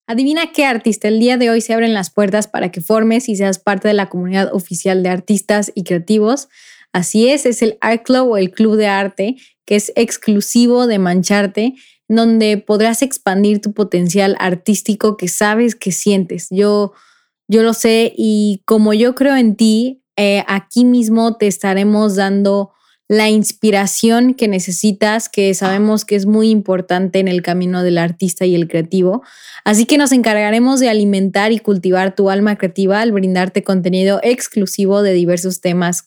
Adivina qué artista. El día de hoy se abren las puertas para que formes y seas parte de la comunidad oficial de artistas y creativos. Así es el Art Club o el Club de Arte, que es exclusivo de Mancharte, donde podrás expandir tu potencial artístico que sabes que sientes. Yo lo sé y como yo creo en ti, aquí mismo te estaremos dando la inspiración que necesitas, que sabemos que es muy importante en el camino del artista y el creativo. Así que nos encargaremos de alimentar y cultivar tu alma creativa al brindarte contenido exclusivo de diversos temas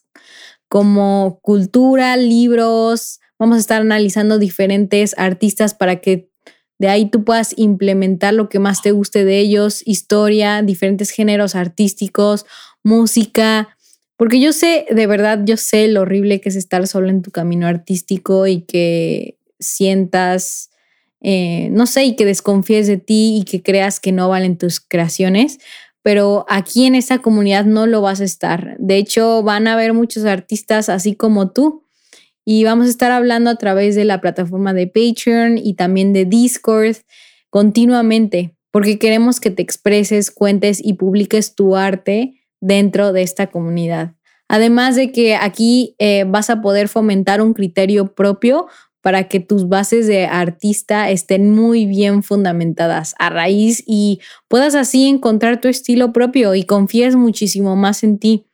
como cultura, libros. Vamos a estar analizando diferentes artistas para que de ahí tú puedas implementar lo que más te guste de ellos, historia, diferentes géneros artísticos, música. Porque yo sé, de verdad, yo sé lo horrible que es estar solo en tu camino artístico y que sientas, no sé, y que desconfíes de ti y que creas que no valen tus creaciones. Pero aquí en esta comunidad no lo vas a estar. De hecho, van a haber muchos artistas así como tú. Y vamos a estar hablando a través de la plataforma de Patreon y también de Discord continuamente, porque queremos que te expreses, cuentes y publiques tu arte dentro de esta comunidad. Además de que aquí vas a poder fomentar un criterio propio para que tus bases de artista estén muy bien fundamentadas a raíz y puedas así encontrar tu estilo propio y confíes muchísimo más en ti.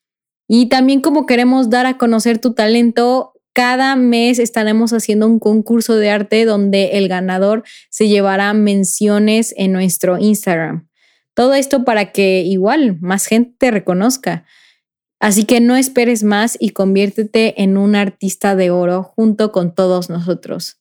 Y también como queremos dar a conocer tu talento, cada mes estaremos haciendo un concurso de arte donde el ganador se llevará menciones en nuestro Instagram. Todo esto para que igual más gente te reconozca. Así que no esperes más y conviértete en un artista de oro junto con todos nosotros.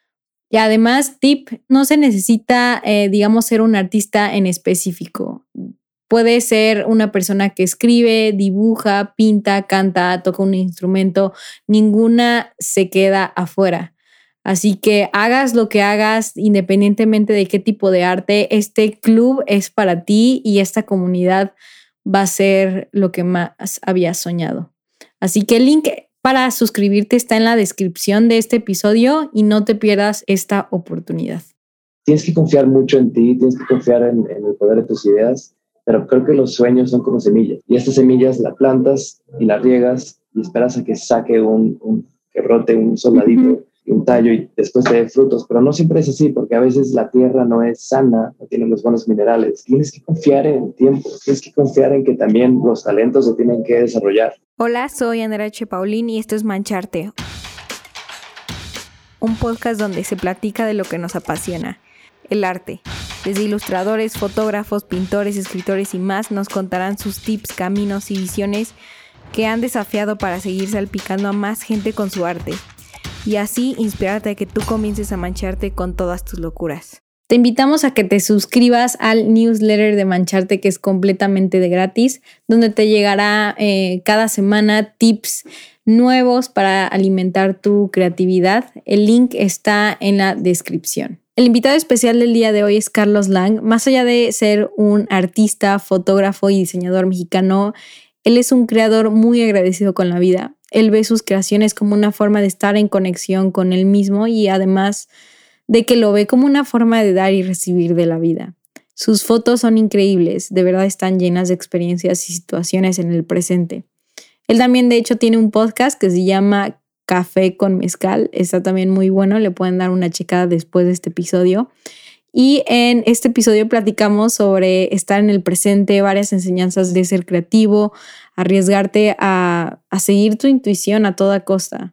Y además, tip, no se necesita, digamos, ser un artista en específico. Puede ser una persona que escribe, dibuja, pinta, canta, toca un instrumento. Ninguna se queda afuera. Así que hagas lo que hagas, independientemente de qué tipo de arte, este club es para ti y esta comunidad va a ser lo que más habías soñado. Así que el link para suscribirte está en la descripción de este episodio y no te pierdas esta oportunidad. Tienes que confiar mucho en ti, tienes que confiar en el poder de tus ideas, pero creo que los sueños son como semillas y estas semillas las plantas y las riegas y esperas a que saque que brote un soldadito y un tallo y después te dé frutos, pero no siempre es así porque a veces la tierra no es sana, no tiene los buenos minerales. Tienes que confiar en el tiempo, tienes que confiar en que también los talentos se tienen que desarrollar. Hola, soy Andrea H. Paulín y esto es Mancharte, un podcast donde se platica de lo que nos apasiona, el arte. Desde ilustradores, fotógrafos, pintores, escritores y más nos contarán sus tips, caminos y visiones que han desafiado para seguir salpicando a más gente con su arte y así inspirarte a que tú comiences a mancharte con todas tus locuras. Te invitamos a que te suscribas al newsletter de Mancharte, que es completamente de gratis, donde te llegará cada semana tips nuevos para alimentar tu creatividad. El link está en la descripción. El invitado especial del día de hoy es Carlos Lang. Más allá de ser un artista, fotógrafo y diseñador mexicano, él es un creador muy agradecido con la vida. Él ve sus creaciones como una forma de estar en conexión con él mismo y además de que lo ve como una forma de dar y recibir de la vida. Sus fotos son increíbles, de verdad están llenas de experiencias y situaciones en el presente. Él también, de hecho, tiene un podcast que se llama Café con Mezcal. Está también muy bueno, le pueden dar una checada después de este episodio. Y en este episodio platicamos sobre estar en el presente, varias enseñanzas de ser creativo, arriesgarte a seguir tu intuición a toda costa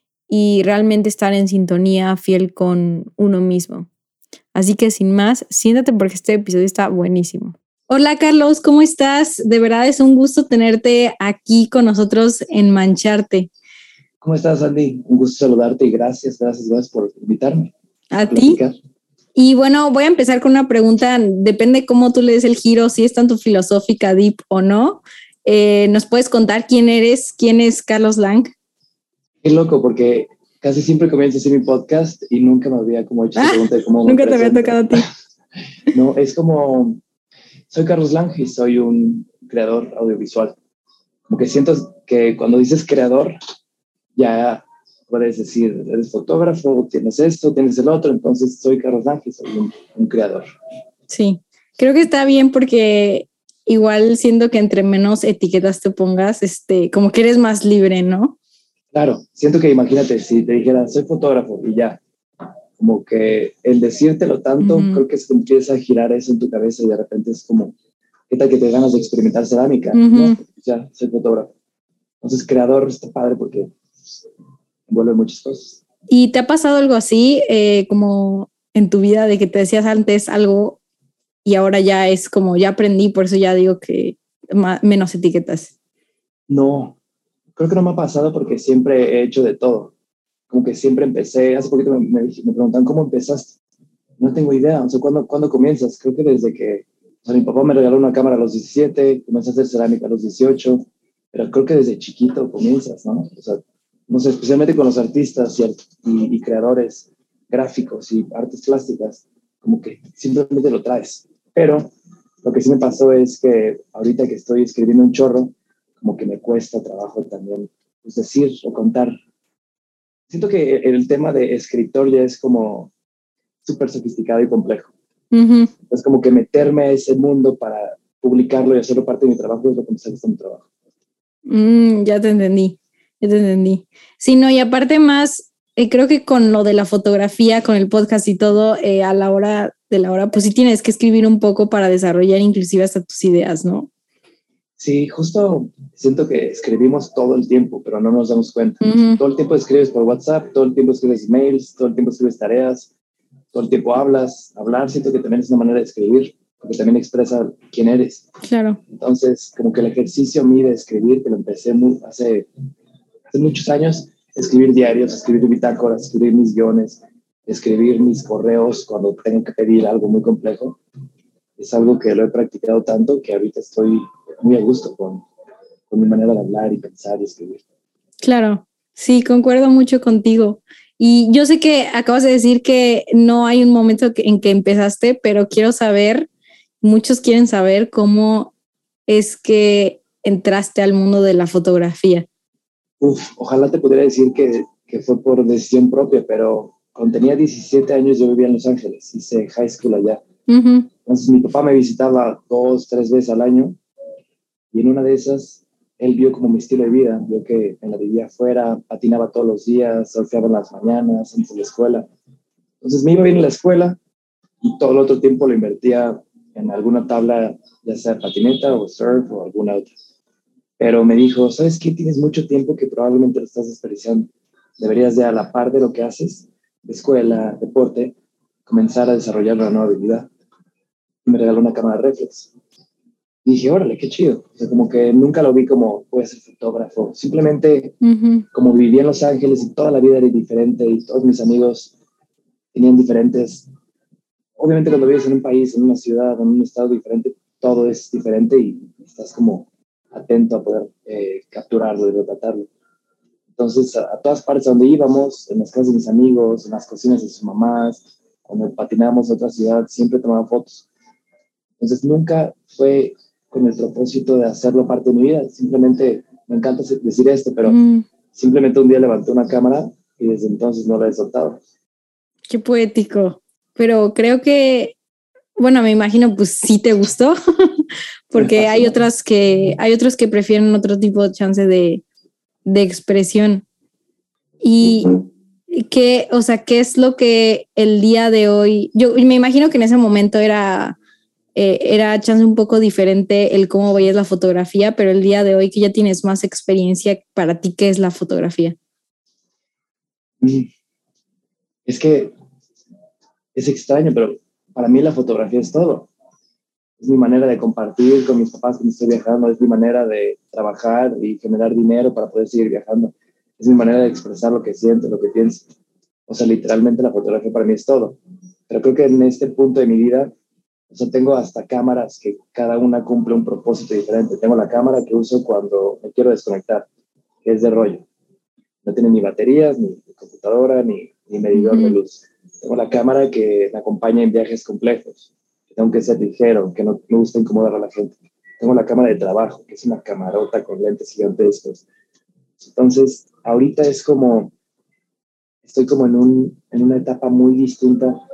y realmente estar en sintonía, fiel con uno mismo. Así que sin más, siéntate porque este episodio está buenísimo. Hola Carlos, ¿cómo estás? De verdad es un gusto tenerte aquí con nosotros en Mancharte. ¿Cómo estás, Andy? Un gusto saludarte y gracias por invitarme. A ti. Y bueno, voy a empezar con una pregunta, depende cómo tú le des el giro, si es tanto filosófica, deep o no. ¿Nos puedes contar quién eres? ¿Quién es Carlos Lang? Qué loco, porque casi siempre comienzo así mi podcast y nunca me había como hecho esa pregunta de cómo nunca te había tocado a ti. No, es como, soy Carlos Lang y soy un creador audiovisual. Como que siento que cuando dices creador, ya puedes decir, eres fotógrafo, tienes esto, tienes el otro, entonces soy Carlos Lang y soy un creador. Sí, creo que está bien porque igual siento que entre menos etiquetas te pongas, como que eres más libre, ¿no? Claro, siento que imagínate, si te dijera, soy fotógrafo y ya, como que el decírtelo tanto, Uh-huh. creo que se empieza a girar eso en tu cabeza y de repente es como, ¿qué tal que te ganas de experimentar cerámica? Uh-huh. No, ya, soy fotógrafo. Entonces, creador está padre porque envuelve muchas cosas. ¿Y te ha pasado algo así, como en tu vida, de que te decías antes algo y ahora ya es como, ya aprendí, por eso ya digo que menos etiquetas? No, creo que no me ha pasado porque siempre he hecho de todo. Como que siempre empecé, hace poquito me preguntan, ¿cómo empezaste? No tengo idea, o sea, ¿cuándo comienzas? Creo que desde que, o sea, mi papá me regaló una cámara a los 17, comencé a hacer cerámica a los 18, pero creo que desde chiquito comienzas, ¿no? O sea, no sé, especialmente con los artistas y creadores gráficos y artes plásticas, como que simplemente lo traes. Pero lo que sí me pasó es que ahorita que estoy escribiendo un chorro, como que me cuesta trabajo también, pues, decir o contar. Siento que el tema de escritor ya es como súper sofisticado y complejo. Uh-huh. Es como que meterme a ese mundo para publicarlo y hacerlo parte de mi trabajo es lo que me gusta mi trabajo. Ya te entendí, ya te entendí. Sí, no, y aparte más, creo que con lo de la fotografía, con el podcast y todo, a la hora de la hora, pues sí tienes que escribir un poco para desarrollar inclusive hasta tus ideas, ¿no? Sí, justo siento que escribimos todo el tiempo, pero no nos damos cuenta. Uh-huh. Todo el tiempo escribes por WhatsApp, todo el tiempo escribes mails, todo el tiempo escribes tareas, todo el tiempo hablas. Hablar siento que también es una manera de escribir, porque también expresa quién eres. Claro. Entonces, como que el ejercicio a mí de escribir, que lo empecé hace muchos años, escribir diarios, escribir bitácoras, escribir mis guiones, escribir mis correos cuando tengo que pedir algo muy complejo, es algo que lo he practicado tanto que ahorita estoy muy a gusto con mi manera de hablar y pensar y escribir. Claro, sí, concuerdo mucho contigo. Y yo sé que acabas de decir que no hay un momento en que empezaste, pero quiero saber, muchos quieren saber cómo es que entraste al mundo de la fotografía. Ojalá te pudiera decir que fue por decisión propia, pero cuando tenía 17 años yo vivía en Los Ángeles, hice high school allá. Uh-huh. Entonces mi papá me visitaba 2, 3 veces al año y en una de esas él vio como mi estilo de vida, vio que me la vivía afuera, patinaba todos los días, surfeaba en las mañanas antes de la escuela. Entonces me iba bien en la escuela y todo el otro tiempo lo invertía en alguna tabla, ya sea patineta o surf o alguna otra. Pero me dijo, ¿sabes qué? Tienes mucho tiempo que probablemente lo estás desperdiciando. Deberías de a la par de lo que haces, de escuela, deporte, comenzar a desarrollar una nueva habilidad. Y me regaló una cámara reflex. Y dije, órale, qué chido. O sea, como que nunca lo vi como voy a ser fotógrafo. Simplemente Uh-huh. como vivía en Los Ángeles y toda la vida era diferente y todos mis amigos tenían diferentes. Obviamente cuando vives en un país, en una ciudad, en un estado diferente, todo es diferente y estás como atento a poder capturarlo y retratarlo. Entonces, a todas partes donde íbamos, en las casas de mis amigos, en las cocinas de sus mamás, cuando patinábamos a otra ciudad, siempre tomaba fotos. Entonces, nunca fue con el propósito de hacerlo parte de mi vida. Simplemente, me encanta decir esto, pero Uh-huh. simplemente un día levanté una cámara y desde entonces no la he soltado. Qué poético. Pero creo que, bueno, me imagino, pues sí te gustó, Me porque hay fascina. otros que prefieren otro tipo de chance de expresión. Y qué, o sea, qué es lo que el día de hoy, yo me imagino que en ese momento era chance un poco diferente el cómo veías la fotografía, pero el día de hoy que ya tienes más experiencia, para ti, ¿qué es la fotografía? Es que es extraño, pero para mí la fotografía es todo. Es mi manera de compartir con mis papás cuando estoy viajando, es mi manera de trabajar y generar dinero para poder seguir viajando. Es mi manera de expresar lo que siento, lo que pienso. O sea, literalmente la fotografía para mí es todo. Pero creo que en este punto de mi vida, o sea, tengo hasta cámaras que cada una cumple un propósito diferente. Tengo la cámara que uso cuando me quiero desconectar, que es de rollo. No tiene ni baterías, ni computadora, ni medidor de Uh-huh. luz. Tengo la cámara que me acompaña en viajes complejos, que tengo que ser ligero, que no me gusta incomodar a la gente. Tengo la cámara de trabajo, que es una camarota con lentes gigantescos. Entonces, ahorita es como, estoy como en una etapa muy distinta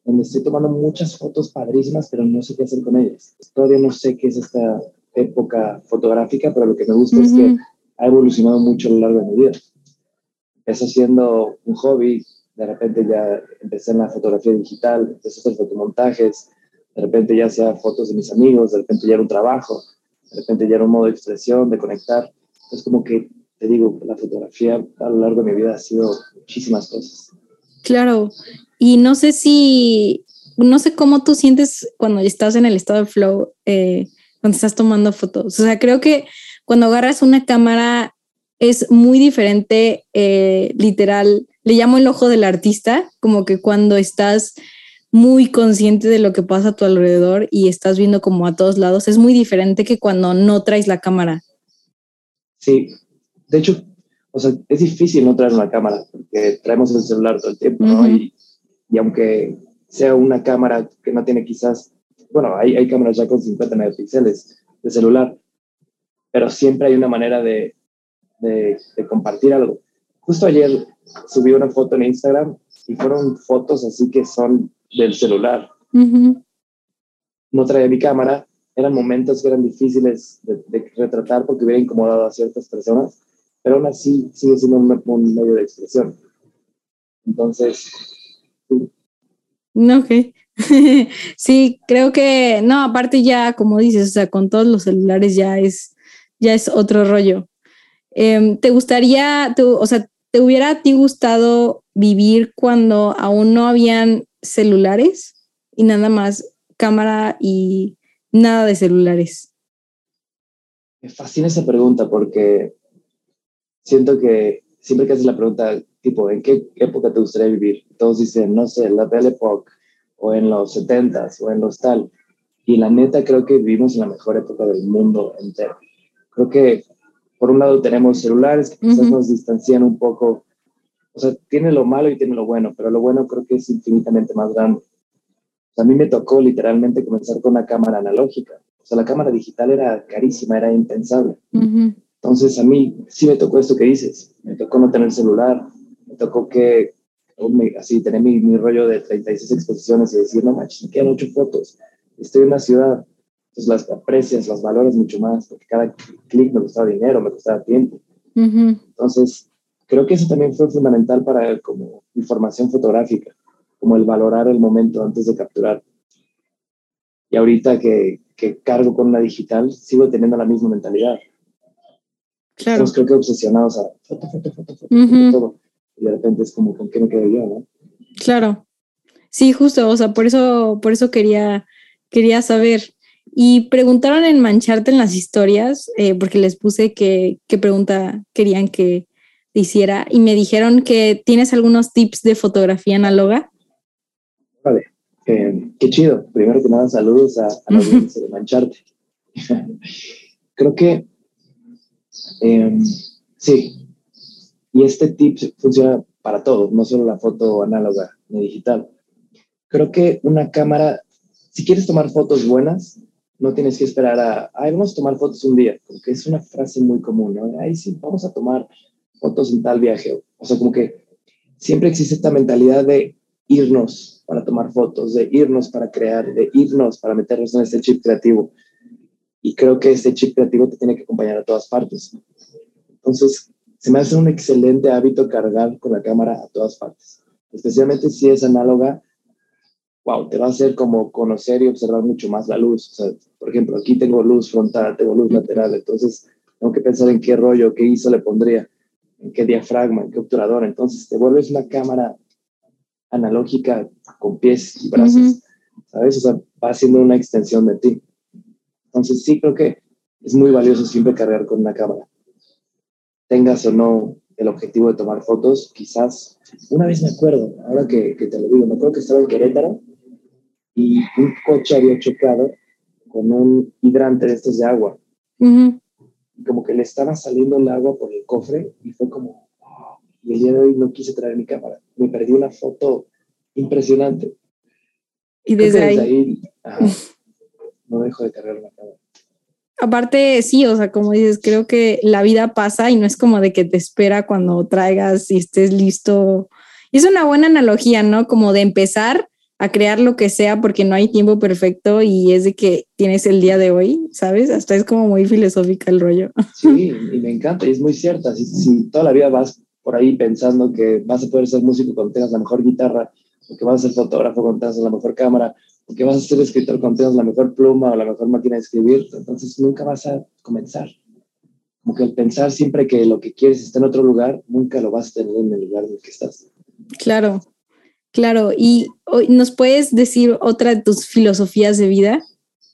donde estoy tomando muchas fotos padrísimas, pero no sé qué hacer con ellas. Todavía no sé qué es esta época fotográfica, pero lo que me gusta es que ha evolucionado mucho a lo largo de mi vida. Empezó siendo un hobby, de repente ya empecé en la fotografía digital, empecé a hacer fotomontajes, de repente ya hacía fotos de mis amigos, de repente ya era un trabajo, de repente ya era un modo de expresión, de conectar. Entonces como que, te digo, la fotografía a lo largo de mi vida ha sido muchísimas cosas. Claro, y no sé cómo tú sientes cuando estás en el estado de flow, cuando estás tomando fotos. O sea, creo que cuando agarras una cámara es muy diferente, literal, le llamo el ojo del artista, como que cuando estás muy consciente de lo que pasa a tu alrededor y estás viendo como a todos lados, es muy diferente que cuando no traes la cámara. Sí, de hecho, o sea, es difícil no traer una cámara porque traemos el celular todo el tiempo, ¿no? Y aunque sea una cámara que no tiene quizás, bueno, hay cámaras ya con 50 megapíxeles de celular, pero siempre hay una manera de compartir algo. Justo ayer subí una foto en Instagram y fueron fotos así que son del celular. No traía mi cámara, eran momentos que eran difíciles de retratar porque hubiera incomodado a ciertas personas, pero aún así sigue siendo un medio de expresión. Entonces, sí. Ok. Sí, creo que, no, aparte ya, como dices, o sea, con todos los celulares ya es otro rollo. ¿Te gustaría, o sea, te hubiera a ti gustado vivir cuando aún no habían celulares y nada más cámara y nada de celulares? Me fascina esa pregunta porque siento que siempre que haces la pregunta, tipo, ¿en qué época te gustaría vivir? Todos dicen, no sé, la Belle Époque, o en los 70s, o en los tal. Y la neta creo que vivimos en la mejor época del mundo entero. Creo que, por un lado, tenemos celulares que quizás nos distancian un poco. O sea, tiene lo malo y tiene lo bueno, pero lo bueno creo que es infinitamente más grande. O sea, a mí me tocó literalmente comenzar con una cámara analógica. O sea, la cámara digital era carísima, era impensable. Entonces, a mí sí me tocó esto que dices. Me tocó no tener celular, me tocó que así tener mi rollo de 36 exposiciones y decir, no manches, me quedan 8 fotos. Estoy en una ciudad, entonces las aprecias, las valoras mucho más, porque cada clic me costaba dinero, me costaba tiempo. Entonces, creo que eso también fue fundamental para como mi formación fotográfica, como el valorar el momento antes de capturar. Y ahorita que cargo con una digital, sigo teniendo la misma mentalidad. Claro. Estamos creo que obsesionados a foto, todo. Y de repente es como, ¿con qué me quedo yo, no? Claro. Sí, justo, o sea, por eso quería saber. Y preguntaron en Mancharte en las historias, porque les puse qué pregunta querían que hiciera, y me dijeron que tienes algunos tips de fotografía análoga. Vale, qué chido. Primero que nada, saludos a la audiencia de Mancharte. Creo que sí, y este tip funciona para todo, no solo la foto análoga ni digital. Creo que una cámara, si quieres tomar fotos buenas, no tienes que esperar vamos a tomar fotos un día, porque es una frase muy común, ¿no? Ay, sí, vamos a tomar fotos en tal viaje. O sea, como que siempre existe esta mentalidad de irnos para tomar fotos, de irnos para crear, de irnos para meternos en este chip creativo. Y creo que este chip creativo te tiene que acompañar a todas partes. Entonces, se me hace un excelente hábito cargar con la cámara a todas partes, especialmente si es análoga. Wow, te va a hacer como conocer y observar mucho más la luz. O sea, por ejemplo, aquí tengo luz frontal, tengo luz lateral, entonces tengo que pensar en qué rollo, qué ISO le pondría, en qué diafragma, en qué obturador. Entonces te vuelves una cámara analógica con pies y brazos, ¿sabes? O sea, va siendo una extensión de ti. Entonces sí creo que es muy valioso siempre cargar con una cámara. Tengas o no el objetivo de tomar fotos, quizás, una vez me acuerdo, ahora que te lo digo, me acuerdo que estaba en Querétaro y un coche había chocado con un hidrante de estos de agua. Y como que le estaba saliendo el agua por el cofre y fue como, oh, y el día de hoy no quise traer mi cámara. Me perdí una foto impresionante. Y desde ahí no dejo de cargar la cámara. Aparte, sí, o sea, como dices, creo que la vida pasa y no es como de que te espera cuando traigas y estés listo. Y es una buena analogía, ¿no? Como de empezar a crear lo que sea porque no hay tiempo perfecto y es de que tienes el día de hoy, ¿sabes? Hasta es como muy filosófica el rollo. Sí, y me encanta, y es muy cierta. Si toda la vida vas por ahí pensando que vas a poder ser músico cuando tengas la mejor guitarra, o que vas a ser fotógrafo cuando tengas la mejor cámara, o que vas a ser escritor cuando tengas la mejor pluma o la mejor máquina de escribir, entonces nunca vas a comenzar. Como que el pensar siempre que lo que quieres está en otro lugar, nunca lo vas a tener en el lugar en el que estás. Claro, claro. ¿Y nos puedes decir otra de tus filosofías de vida?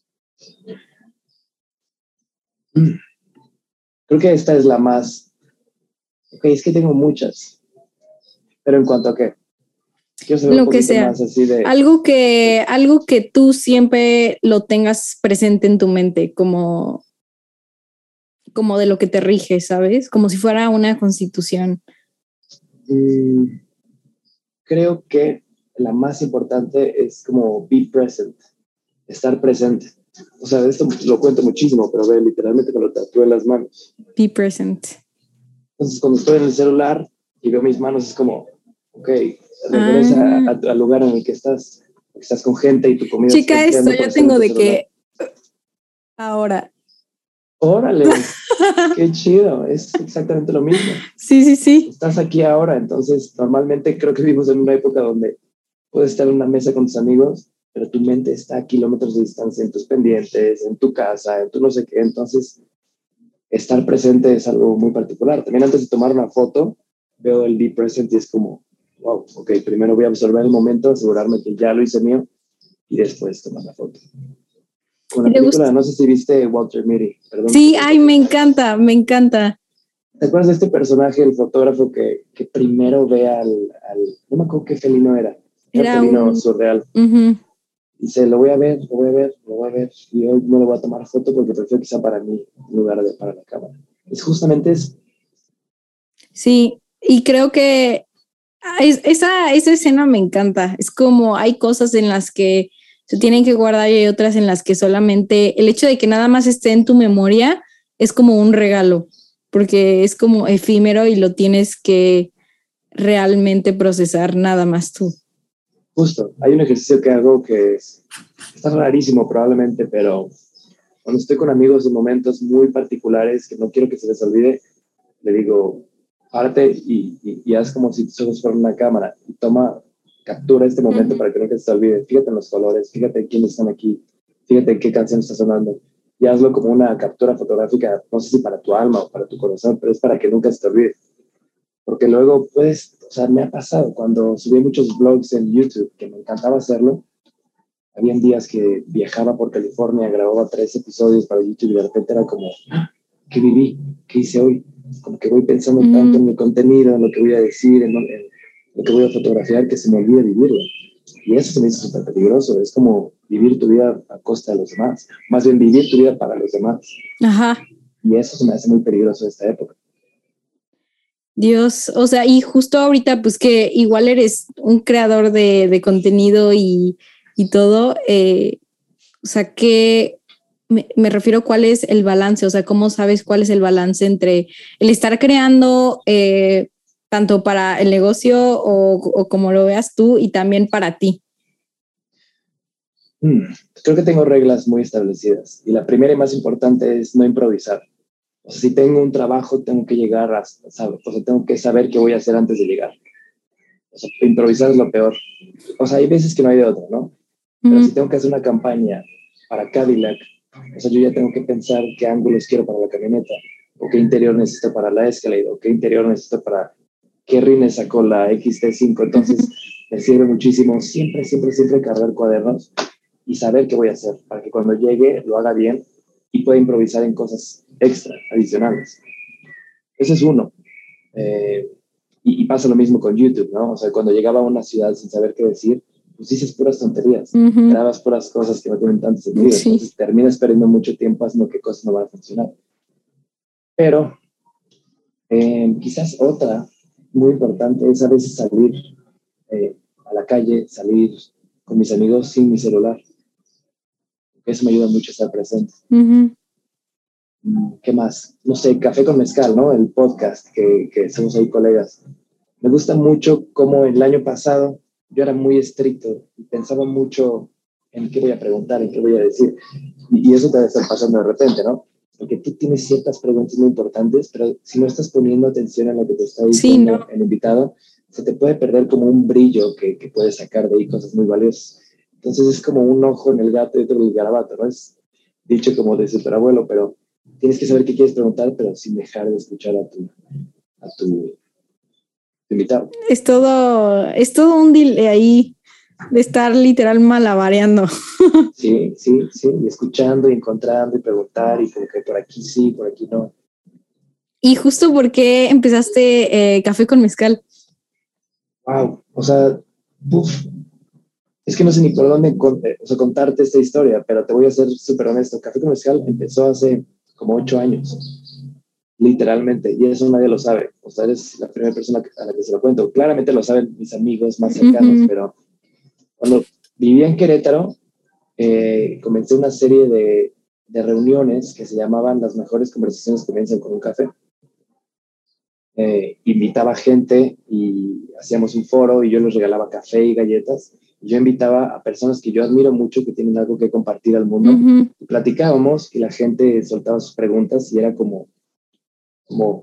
Creo que esta es la más... Ok, es que tengo muchas, pero ¿en cuanto a qué? Quiero saber Lo un que poquito sea. más así de... Algo que tú siempre lo tengas presente en tu mente, como de lo que te rige, ¿sabes? Como si fuera una constitución. Creo que la más importante es como be present, estar presente. O sea, esto lo cuento muchísimo, pero ve, literalmente me lo tatué en las manos. Be present. Entonces, cuando estoy en el celular y veo mis manos, es como, ok, regresa al lugar en el que estás con gente y tu comida se está Chica, esto enfriando yo por estar en tengo tu de celular. que ahora. Órale, qué chido, es exactamente lo mismo. Sí. Estás aquí ahora, entonces normalmente creo que vivimos en una época donde puedes estar en una mesa con tus amigos, pero tu mente está a kilómetros de distancia en tus pendientes, en tu casa, en tu no sé qué. Entonces, estar presente es algo muy particular. También antes de tomar una foto, veo el be present y es como, wow, ok, primero voy a absorber el momento, asegurarme que ya lo hice mío y después tomar la foto. Con la película, no sé si viste Walter Mitty. Perdón, sí, ay, me encanta. ¿Te acuerdas de este personaje, el fotógrafo que primero ve no me acuerdo qué felino era un felino surreal? Dice, lo voy a ver, y hoy no le voy a tomar foto porque prefiero que sea para mí en lugar de para la cámara. Es justamente eso. Sí, y creo que esa escena me encanta. Es como hay cosas en las que se tienen que guardar y hay otras en las que solamente el hecho de que nada más esté en tu memoria es como un regalo, porque es como efímero y lo tienes que realmente procesar nada más tú. Justo, hay un ejercicio que hago que está rarísimo probablemente, pero cuando estoy con amigos en momentos muy particulares que no quiero que se les olvide, le digo, párate y haz como si tus ojos fueran una cámara y captura este momento para que nunca se te olvide. Fíjate en los colores, fíjate quiénes están aquí, fíjate qué canción está sonando y hazlo como una captura fotográfica, no sé si para tu alma o para tu corazón, pero es para que nunca se te olvide. Porque luego puedes, o sea, me ha pasado cuando subí muchos vlogs en YouTube, que me encantaba hacerlo. Habían días que viajaba por California, grababa 3 episodios para YouTube y de repente era como, ¿qué viví? ¿Qué hice hoy? Como que voy pensando tanto en mi contenido, en lo que voy a decir, en lo que voy a fotografiar, que se me olvida vivirlo. Y eso se me hizo súper peligroso. Es como vivir tu vida a costa de los demás. Más bien vivir tu vida para los demás. Ajá. Y eso se me hace muy peligroso en esta época. Dios, o sea, y justo ahorita, pues que igual eres un creador de contenido y todo, o sea, que me refiero cuál es el balance, o sea, cómo sabes cuál es el balance entre el estar creando tanto para el negocio o como lo veas tú y también para ti. Creo que tengo reglas muy establecidas y la primera y más importante es no improvisar. O sea, si tengo un trabajo, tengo que llegar a, ¿sabes? O sea, tengo que saber qué voy a hacer antes de llegar. O sea, improvisar es lo peor. O sea, hay veces que no hay de otra, ¿no? Pero si tengo que hacer una campaña para Cadillac, o sea, yo ya tengo que pensar qué ángulos quiero para la camioneta, o qué interior necesito para la Escalade, o qué interior necesito para qué rines sacó la XT5. Entonces, me sirve muchísimo siempre cargar cuadernos y saber qué voy a hacer para que cuando llegue lo haga bien y pueda improvisar en cosas extra, adicionales. Ese es uno. Y pasa lo mismo con YouTube, ¿no? O sea, cuando llegaba a una ciudad sin saber qué decir, pues dices puras tonterías, grabas puras cosas que no tienen tanto sentido, entonces terminas perdiendo mucho tiempo haciendo que cosas no van a funcionar. Pero quizás otra muy importante es a veces salir a la calle, salir con mis amigos sin mi celular. Eso me ayuda mucho a estar presente. ¿Qué más? No sé, Café con Mezcal, ¿no? El podcast que somos ahí colegas. Me gusta mucho cómo el año pasado yo era muy estricto y pensaba mucho en qué voy a preguntar, en qué voy a decir. Y eso te debe estar pasando de repente, ¿no? Porque tú tienes ciertas preguntas muy importantes, pero si no estás poniendo atención a lo que te está Sí, diciendo no. el invitado, se te puede perder como un brillo que puedes sacar de ahí cosas muy valiosas. Entonces es como un ojo en el gato y otro en el garabato, ¿no? Es dicho como de superabuelo, pero tienes que saber qué quieres preguntar, pero sin dejar de escuchar a tu invitado. Es todo un delay ahí de estar literal malabareando. Sí, sí, sí, y escuchando y encontrando y preguntar y como que por aquí sí, por aquí no. Y justo porque empezaste café con mezcal. Wow, o sea, uf, es que no sé ni por dónde contarte esta historia, pero te voy a ser súper honesto. Café con Mezcal empezó hace como 8 años, literalmente, y eso nadie lo sabe. O sea, eres la primera persona a la que se lo cuento. Claramente lo saben mis amigos más cercanos, pero cuando vivía en Querétaro, comencé una serie de reuniones que se llamaban Las mejores conversaciones que comienzan con un café. Invitaba gente y hacíamos un foro y yo les regalaba café y galletas. Y yo invitaba a personas que yo admiro mucho, que tienen algo que compartir al mundo. Y platicábamos y la gente soltaba sus preguntas y era como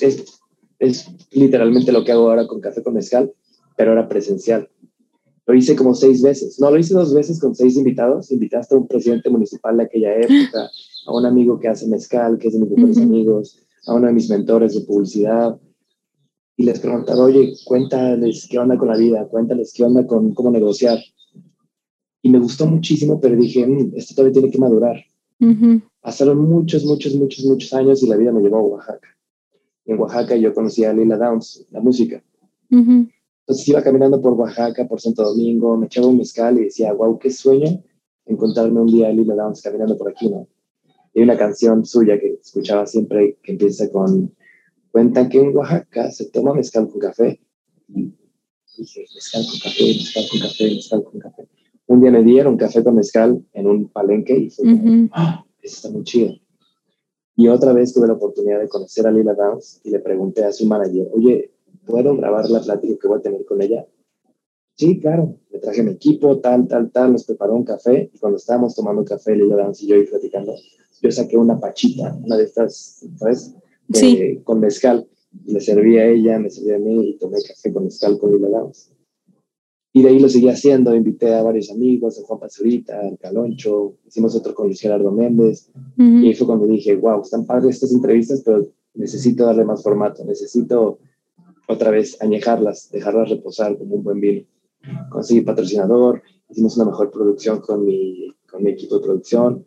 es literalmente lo que hago ahora con Café con Mezcal, pero era presencial. Lo hice como 6 veces. No, lo hice 2 veces con 6 invitados. Invitaste a un presidente municipal de aquella época, a un amigo que hace mezcal, que es de mis mejores amigos, a uno de mis mentores de publicidad, y les preguntaba, oye, cuéntales qué onda con la vida, cuéntales qué onda con cómo negociar. Y me gustó muchísimo, pero dije, esto todavía tiene que madurar. Pasaron muchos, muchos, muchos, muchos años y la vida me llevó a Oaxaca. Y en Oaxaca yo conocí a Lila Downs, la música. Entonces iba caminando por Oaxaca, por Santo Domingo, me echaba un mezcal y decía, wow, qué sueño encontrarme un día a Lila Downs caminando por aquí, ¿no? Y hay una canción suya que escuchaba siempre que empieza con, cuentan que en Oaxaca se toma mezcal con café. Y dije, mezcal con café, mezcal con café, mezcal con café. Un día me dieron café con mezcal en un palenque y fue como, eso está muy chido. Y otra vez tuve la oportunidad de conocer a Lila Downs y le pregunté a su manager, oye, ¿puedo grabar la plática que voy a tener con ella? Sí, claro. Me traje mi equipo, tal, tal, tal, nos preparó un café y cuando estábamos tomando café, Lila Downs y yo y platicando, yo saqué una pachita, una de estas, ¿sabes? Sí. Con mezcal. Le serví a ella, me serví a mí y tomé café con mezcal con Lila Downs. Y de ahí lo seguí haciendo, invité a varios amigos, a Juan Pazurita, al Caloncho, hicimos otro con Luis Gerardo Méndez, y ahí fue cuando dije, wow, están padres estas entrevistas, pero necesito darle más formato, necesito otra vez añejarlas, dejarlas reposar como un buen vino. Conseguí patrocinador, hicimos una mejor producción con mi equipo de producción,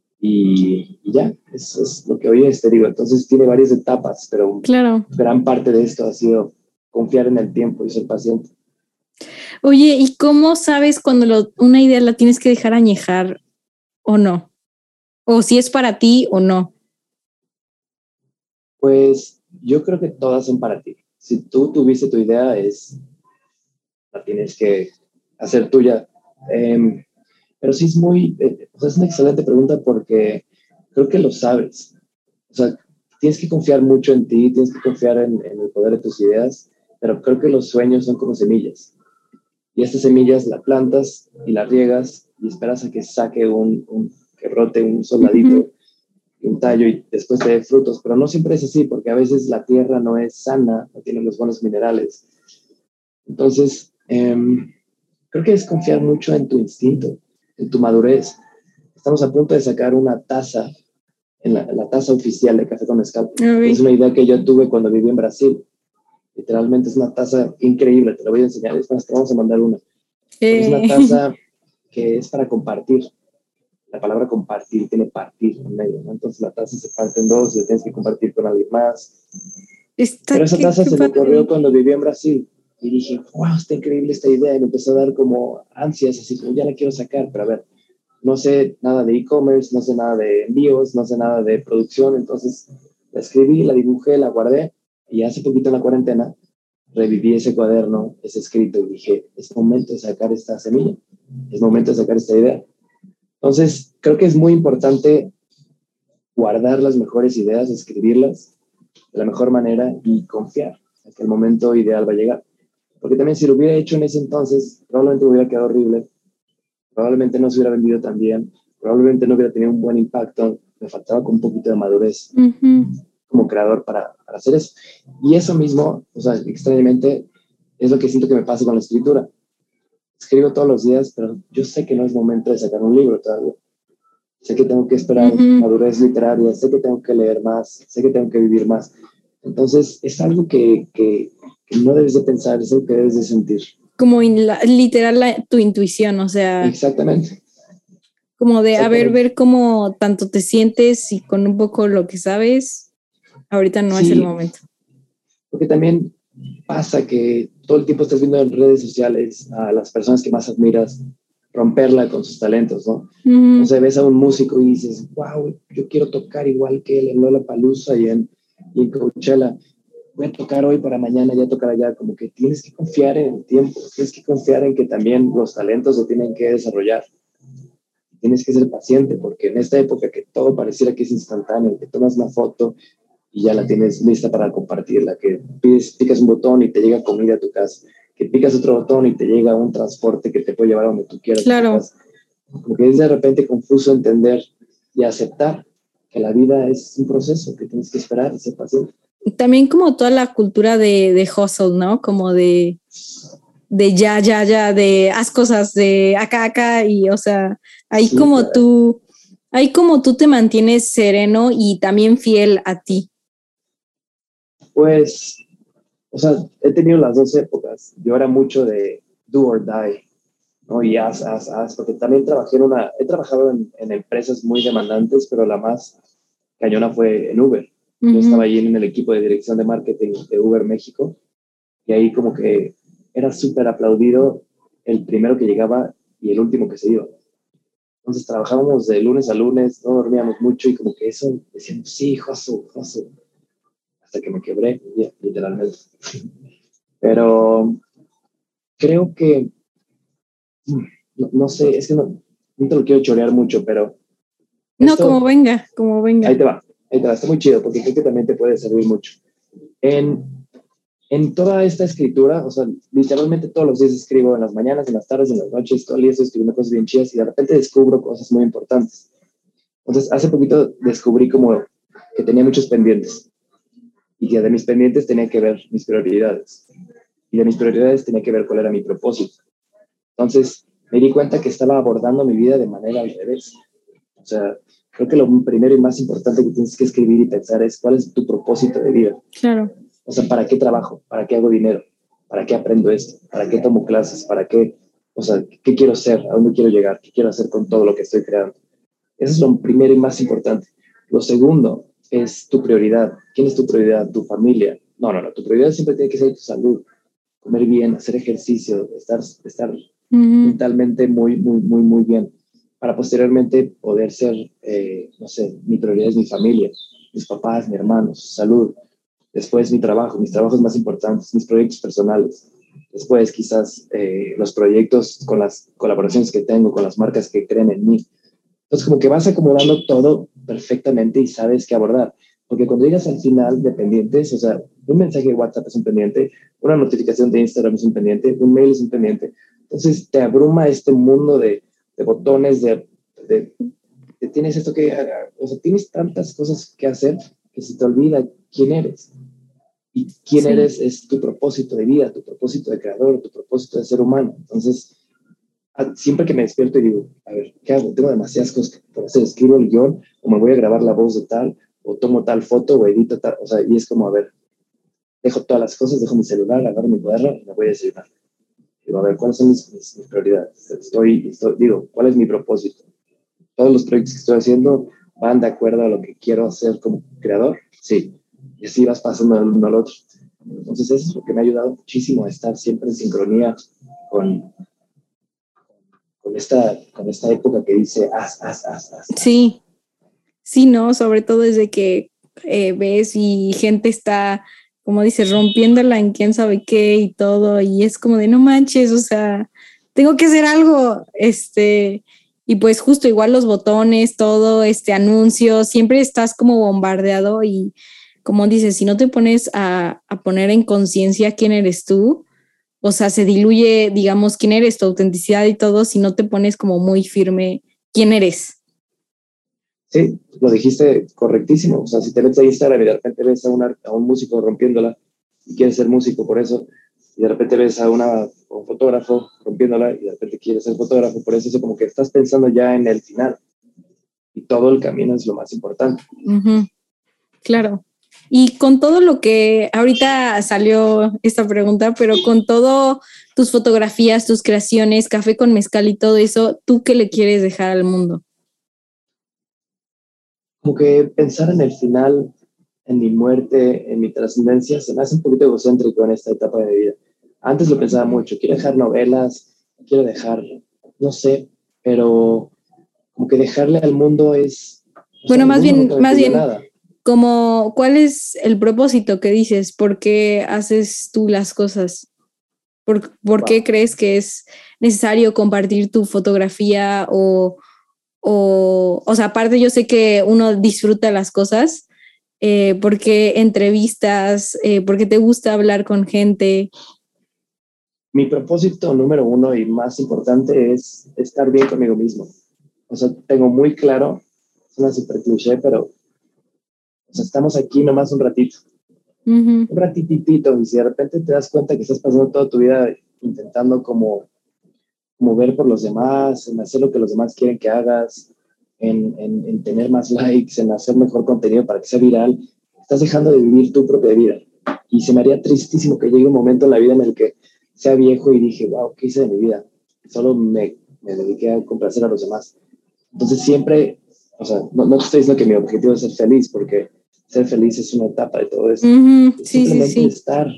y ya, es lo que hoy es, te digo. Entonces tiene varias etapas, pero Claro. gran parte de esto ha sido confiar en el tiempo y ser paciente. Oye, ¿y cómo sabes cuando una idea la tienes que dejar añejar o no? O si es para ti o no. Pues yo creo que todas son para ti. Si tú tuviste tu idea, la tienes que hacer tuya. Pero sí o sea, es una excelente pregunta porque creo que lo sabes. O sea, tienes que confiar mucho en ti, tienes que confiar en el poder de tus ideas, pero creo que los sueños son como semillas. Y estas semillas las plantas y las riegas y esperas a que saque que brote un soldadito, un tallo y después te dé frutos. Pero no siempre es así, porque a veces la tierra no es sana, no tiene los buenos minerales. Entonces, creo que es confiar mucho en tu instinto, en tu madurez. Estamos a punto de sacar una taza, en la taza oficial de Café con Mezcal. Es una idea que yo tuve cuando viví en Brasil. Literalmente es una taza increíble, te la voy a enseñar. Es más, te vamos a mandar una. Porque es una taza que es para compartir. La palabra compartir tiene partir en medio, ¿no? Entonces la taza se parte en dos y la tienes que compartir con alguien más. Pero esa taza se me ocurrió cuando viví en Brasil y dije, wow, está increíble esta idea, y me empezó a dar como ansias, así como ya la quiero sacar, pero a ver, no sé nada de e-commerce, no sé nada de envíos, no sé nada de producción, entonces la escribí, la dibujé, la guardé, y hace poquito en la cuarentena reviví ese cuaderno, ese escrito, y dije, es momento de sacar esta semilla, es momento de sacar esta idea. Entonces, creo que es muy importante guardar las mejores ideas, escribirlas de la mejor manera y confiar en que el momento ideal va a llegar. Porque también si lo hubiera hecho en ese entonces, probablemente me hubiera quedado horrible, probablemente no se hubiera vendido tan bien, probablemente no hubiera tenido un buen impacto, me faltaba con un poquito de madurez como creador para hacer eso. Y eso mismo, o sea, extrañamente, es lo que siento que me pasa con la escritura. Escribo todos los días, pero yo sé que no es momento de sacar un libro todavía. Sé que tengo que esperar madurez literaria, sé que tengo que leer más, sé que tengo que vivir más. Entonces, es algo que no debes de pensar, es algo que debes de sentir. Como literal tu intuición, o sea. Exactamente. Como de, a ver cómo tanto te sientes y con un poco lo que sabes, ahorita no es el momento. Porque también pasa que todo el tiempo estás viendo en redes sociales a las personas que más admiras romperla con sus talentos, ¿no? O sea, ves a un músico y dices, wow, yo quiero tocar igual que él en Lollapalooza y en Coachella. Voy a tocar hoy para mañana, ya tocar allá. Como que tienes que confiar en el tiempo, tienes que confiar en que también los talentos se tienen que desarrollar. Tienes que ser paciente, porque en esta época que todo pareciera que es instantáneo, que tomas una foto y ya la tienes lista para compartirla, que picas un botón y te llega comida a tu casa, que picas otro botón y te llega un transporte que te puede llevar a donde tú quieras. Claro. Como que es de repente confuso entender y aceptar que la vida es un proceso, que tienes que esperar y ser paciente. También como toda la cultura de hustle, ¿no? Como de ya, de haz cosas, de acá, y o sea, ahí sí, como claro. Ahí como tú te mantienes sereno y también fiel a ti. Pues, o sea, he tenido las dos épocas. Yo era mucho de do or die, ¿no? Y haz, porque también he trabajado en empresas muy demandantes, pero la más cañona fue en Uber. Yo estaba ahí en el equipo de dirección de marketing de Uber México, y ahí como que era súper aplaudido el primero que llegaba y el último que se iba. Entonces trabajábamos de lunes a lunes, no dormíamos mucho y como que eso decíamos, sí, hustle. Hasta que me quebré, literalmente. Pero creo que, no sé, es que no te lo quiero chorear mucho, pero... No, como venga. Ahí te va, está muy chido, porque creo que también te puede servir mucho. En toda esta escritura, o sea, literalmente todos los días escribo, en las mañanas, en las tardes, en las noches, todo el día estoy escribiendo cosas bien chidas y de repente descubro cosas muy importantes. Entonces, hace poquito descubrí como que tenía muchos pendientes y que de mis pendientes tenía que ver mis prioridades. Y de mis prioridades tenía que ver cuál era mi propósito. Entonces, me di cuenta que estaba abordando mi vida de manera al revés. O sea, creo que lo primero y más importante que tienes que escribir y pensar es cuál es tu propósito de vida. Claro. O sea, ¿para qué trabajo? ¿Para qué hago dinero? ¿Para qué aprendo esto? ¿Para qué tomo clases? ¿Para qué? O sea, ¿qué quiero ser? ¿A dónde quiero llegar? ¿Qué quiero hacer con todo lo que estoy creando? Eso es lo primero y más importante. Lo segundo es tu prioridad. ¿Quién es tu prioridad? ¿Tu familia? No. Tu prioridad siempre tiene que ser tu salud. Comer bien, hacer ejercicio, estar mentalmente muy bien, para posteriormente poder ser, no sé, mi prioridad es mi familia, mis papás, mis hermanos, salud, después mi trabajo, mis trabajos más importantes, mis proyectos personales, después quizás los proyectos con las colaboraciones que tengo, con las marcas que creen en mí. Entonces como que vas acomodando todo perfectamente y sabes qué abordar. Porque cuando llegas al final de pendientes, o sea, un mensaje de WhatsApp es un pendiente, una notificación de Instagram es un pendiente, un mail es un pendiente. Entonces te abruma este mundo de botones, de tienes esto que, o sea, tienes tantas cosas que hacer que se te olvida quién eres. Y quién eres es tu propósito de vida, tu propósito de creador, tu propósito de ser humano. Entonces, siempre que me despierto y digo, a ver, ¿qué hago? Tengo demasiadas cosas por hacer. Escribo el guión, o me voy a grabar la voz de tal, o tomo tal foto, o edito tal. O sea, y es como, a ver, dejo todas las cosas, dejo mi celular, agarro mi cuaderno y me voy a desayunar. Digo, a ver, ¿cuáles son mis prioridades? Digo, ¿cuál es mi propósito? Todos los proyectos que estoy haciendo van de acuerdo a lo que quiero hacer como creador. Sí. Y así vas pasando de uno al otro. Entonces, eso es lo que me ha ayudado muchísimo a estar siempre en sincronía con esta época que dice haz. Sí, no, sobre todo desde que ves y gente está, como dices, rompiéndola en quién sabe qué y todo, y es como de no manches, o sea, tengo que hacer algo, y pues justo igual los botones, todo, anuncios, siempre estás como bombardeado y como dices, si no te pones a poner en conciencia quién eres tú, o sea, se diluye, digamos, quién eres, tu autenticidad y todo, si no te pones como muy firme quién eres. Sí, lo dijiste correctísimo. O sea, si te metes a Instagram y de repente ves a un músico rompiéndola y quieres ser músico por eso, y de repente ves a un fotógrafo rompiéndola y de repente quieres ser fotógrafo por eso, es como que estás pensando ya en el final y todo el camino es lo más importante. Uh-huh. Claro. Y con todo lo que ahorita salió esta pregunta, pero con todo tus fotografías, tus creaciones, café con mezcal y todo eso, ¿tú qué le quieres dejar al mundo? Como que pensar en el final, en mi muerte, en mi trascendencia, se me hace un poquito egocéntrico en esta etapa de mi vida. Antes lo pensaba mucho, quiero dejar novelas, quiero dejar, no sé, pero como que dejarle al mundo es, o sea, Bueno, el mundo nunca me más pidió bien, nada. como, ¿cuál es el propósito que dices? ¿Por qué haces tú las cosas? ¿Por qué crees que es necesario compartir tu fotografía o sea, aparte yo sé que uno disfruta las cosas, porque entrevistas, porque te gusta hablar con gente? Mi propósito número uno y más importante es estar bien conmigo mismo. O sea, tengo muy claro, es una super cliché, pero o sea, estamos aquí nomás un ratito. Un ratititito, y si de repente te das cuenta que estás pasando toda tu vida intentando como ver por los demás, en hacer lo que los demás quieren que hagas, en tener más likes, en hacer mejor contenido para que sea viral, estás dejando de vivir tu propia vida. Y se me haría tristísimo que llegue un momento en la vida en el que sea viejo y dije, wow, ¿qué hice de mi vida? Solo me dediqué a complacer a los demás. Entonces siempre, o sea, no te estoy diciendo que mi objetivo es ser feliz, porque ser feliz es una etapa de todo esto. Sí, sí, Simplemente sí. estar.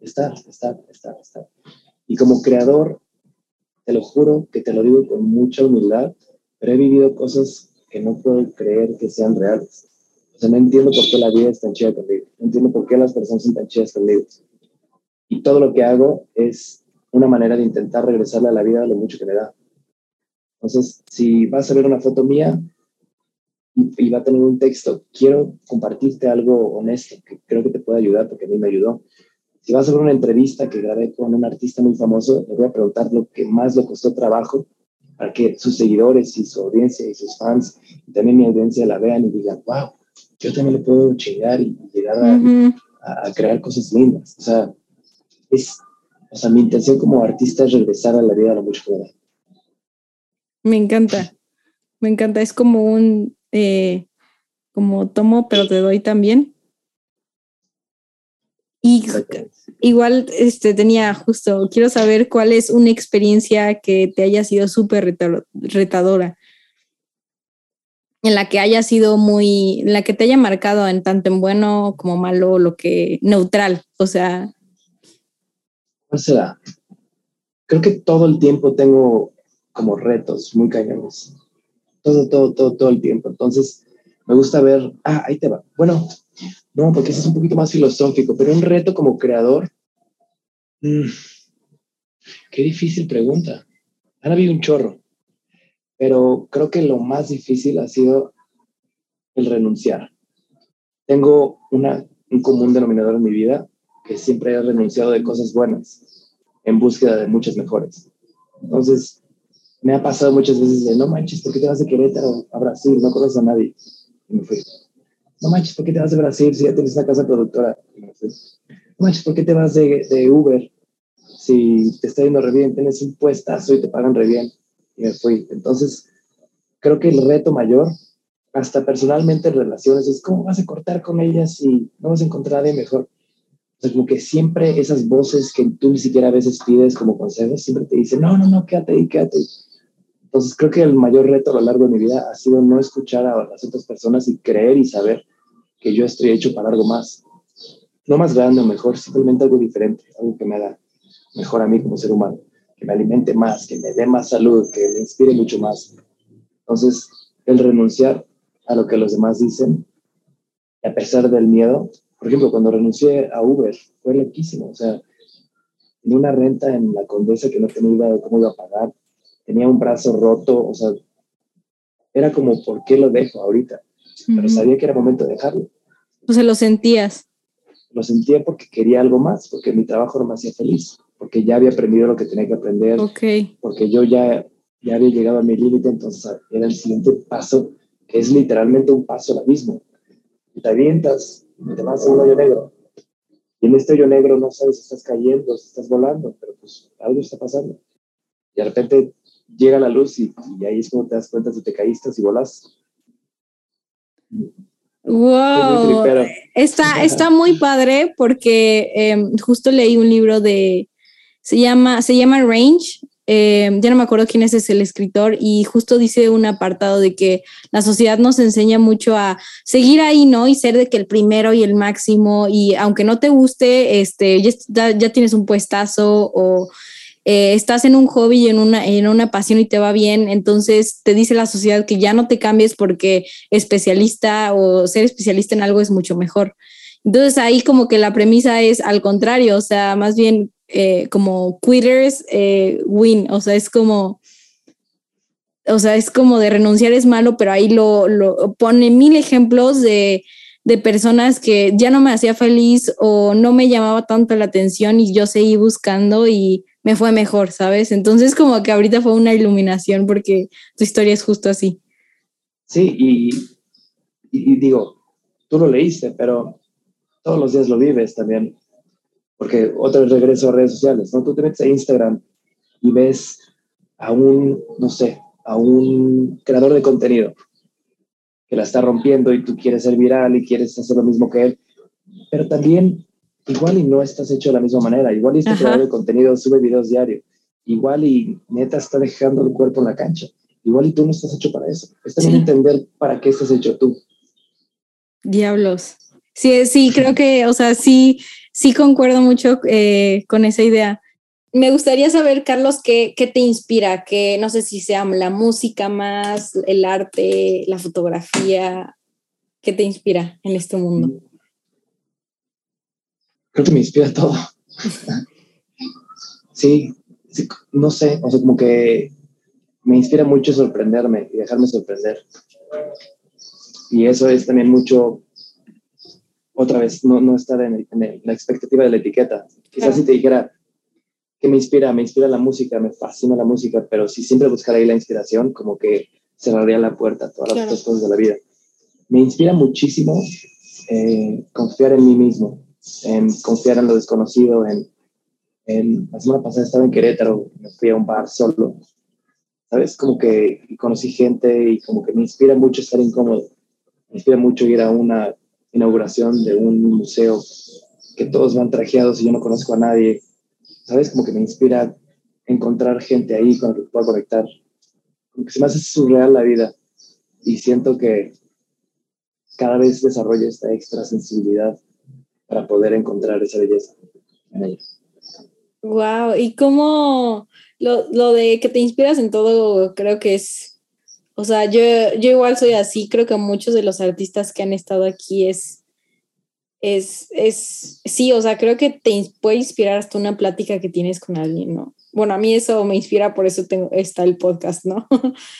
Y como creador, te lo juro que te lo digo con mucha humildad, pero he vivido cosas que no puedo creer que sean reales. O sea, no entiendo por qué la vida es tan chida conmigo. No entiendo por qué las personas son tan chidas conmigo. Y todo lo que hago es una manera de intentar regresarle a la vida lo mucho que me da. Entonces, si vas a ver una foto mía y va a tener un texto, quiero compartirte algo honesto que creo que te puede ayudar porque a mí me ayudó. Si vas a ver una entrevista que grabé con un artista muy famoso, le voy a preguntar lo que más le costó trabajo para que sus seguidores y su audiencia y sus fans y también mi audiencia la vean y digan, wow, yo también le puedo chingar y llegar a crear cosas lindas. O sea, mi intención como artista es regresar a la vida a lo mucho que me da. Me encanta, me encanta. Es como como tomo, pero te doy también. Y igual tenía justo, quiero saber cuál es una experiencia que te haya sido súper retadora, en la que haya sido en la que te haya marcado en tanto en bueno como malo, lo que neutral, o sea. ¿Cuál será? Creo que todo el tiempo tengo como retos muy cañones. Todo el tiempo. Entonces, me gusta ver, ahí te va. Bueno, no, porque ese es un poquito más filosófico, pero un reto como creador, qué difícil pregunta. Han habido un chorro, pero creo que lo más difícil ha sido el renunciar. Tengo un común denominador en mi vida, que siempre he renunciado de cosas buenas en búsqueda de muchas mejores. Entonces, me ha pasado muchas veces de, no manches, ¿por qué te vas de Querétaro a Brasil? No conoces a nadie. Y me fui. No manches, ¿por qué te vas de Brasil si ya tienes una casa productora? Y me fui. No manches, ¿por qué te vas de Uber si te está yendo re bien? Tienes un puestazo y te pagan re bien. Y me fui. Entonces, creo que el reto mayor, hasta personalmente en relaciones, es cómo vas a cortar con ellas si no vas a encontrar a nadie mejor. O sea, como que siempre esas voces que tú ni siquiera a veces pides como consejos, siempre te dicen, no, quédate ahí, quédate ahí. Entonces creo que el mayor reto a lo largo de mi vida ha sido no escuchar a las otras personas y creer y saber que yo estoy hecho para algo más. No más grande o mejor, simplemente algo diferente, algo que me haga mejor a mí como ser humano, que me alimente más, que me dé más salud, que me inspire mucho más. Entonces, el renunciar a lo que los demás dicen, a pesar del miedo, por ejemplo, cuando renuncié a Uber, fue loquísimo. O sea, tenía una renta en la Condesa que no tenía idea de cómo iba a pagar, tenía un brazo roto, o sea, era como, ¿por qué lo dejo ahorita? Pero sabía que era momento de dejarlo. O sea, lo sentías. Lo sentía porque quería algo más, porque mi trabajo no me hacía feliz. porque ya había aprendido lo que tenía que aprender, porque yo ya había llegado a mi límite, entonces era el siguiente paso, que es literalmente un paso al abismo. Y te avientas, y te vas a un hoyo negro. Y en este hoyo negro no sabes si estás cayendo, si estás volando, pero pues algo está pasando. Y de repente llega la luz y ahí es cuando te das cuenta si te caíste o si volaste. Wow, está muy padre porque justo leí un libro se llama Range, ya no me acuerdo quién es el escritor, y justo dice un apartado de que la sociedad nos enseña mucho a seguir ahí, ¿no? Y ser de que el primero y el máximo, y aunque no te guste, ya tienes un puestazo o estás en un hobby y en una pasión y te va bien, entonces te dice la sociedad que ya no te cambies porque especialista o ser especialista en algo es mucho mejor. Entonces ahí como que la premisa es al contrario, o sea, más bien como quitters win, o sea, es como de renunciar es malo, pero ahí lo pone 1000 ejemplos de personas que ya no me hacía feliz o no me llamaba tanto la atención y yo seguí buscando y me fue mejor, ¿sabes? Entonces como que ahorita fue una iluminación porque tu historia es justo así. Sí, y digo, tú lo leíste, pero todos los días lo vives también, porque otra vez regreso a redes sociales, ¿no? Tú te metes a Instagram y ves no sé, a un creador de contenido que la está rompiendo y tú quieres ser viral y quieres hacer lo mismo que él, pero también igual y no estás hecho de la misma manera, igual y este creador de contenido sube videos diario, igual y neta está dejando el cuerpo en la cancha, igual y tú no estás hecho para eso. Es también entender para qué estás hecho tú. Diablos. Sí, creo que, o sea, sí concuerdo mucho con esa idea. Me gustaría saber, Carlos, ¿qué te inspira? Que no sé si sea la música más, el arte, la fotografía. ¿Qué te inspira en este mundo? Creo que me inspira todo. Sí, no sé, o sea, como que me inspira mucho sorprenderme y dejarme sorprender. Y eso es también mucho, otra vez, no estar en la expectativa de la etiqueta. Quizás si te dijera, ¿qué me inspira? Me inspira la música, me fascina la música, pero si siempre buscara ahí la inspiración, como que cerraría la puerta a todas las otras cosas de la vida. Me inspira muchísimo confiar en mí mismo, en confiar en lo desconocido, la semana pasada estaba en Querétaro, me fui a un bar solo, ¿sabes? Como que conocí gente y como que me inspira mucho estar incómodo, me inspira mucho ir a una inauguración de un museo que todos van trajeados y yo no conozco a nadie, ¿sabes? Como que me inspira encontrar gente ahí con la que pueda conectar. Como que se me hace surreal la vida y siento que cada vez desarrollo esta extra sensibilidad para poder encontrar esa belleza en ella. Wow, y cómo lo de que te inspiras en todo, creo que es, o sea, yo igual soy así, creo que muchos de los artistas que han estado aquí sí, o sea, creo que te puede inspirar hasta una plática que tienes con alguien, ¿no? Bueno, a mí eso me inspira, por eso está el podcast, ¿no?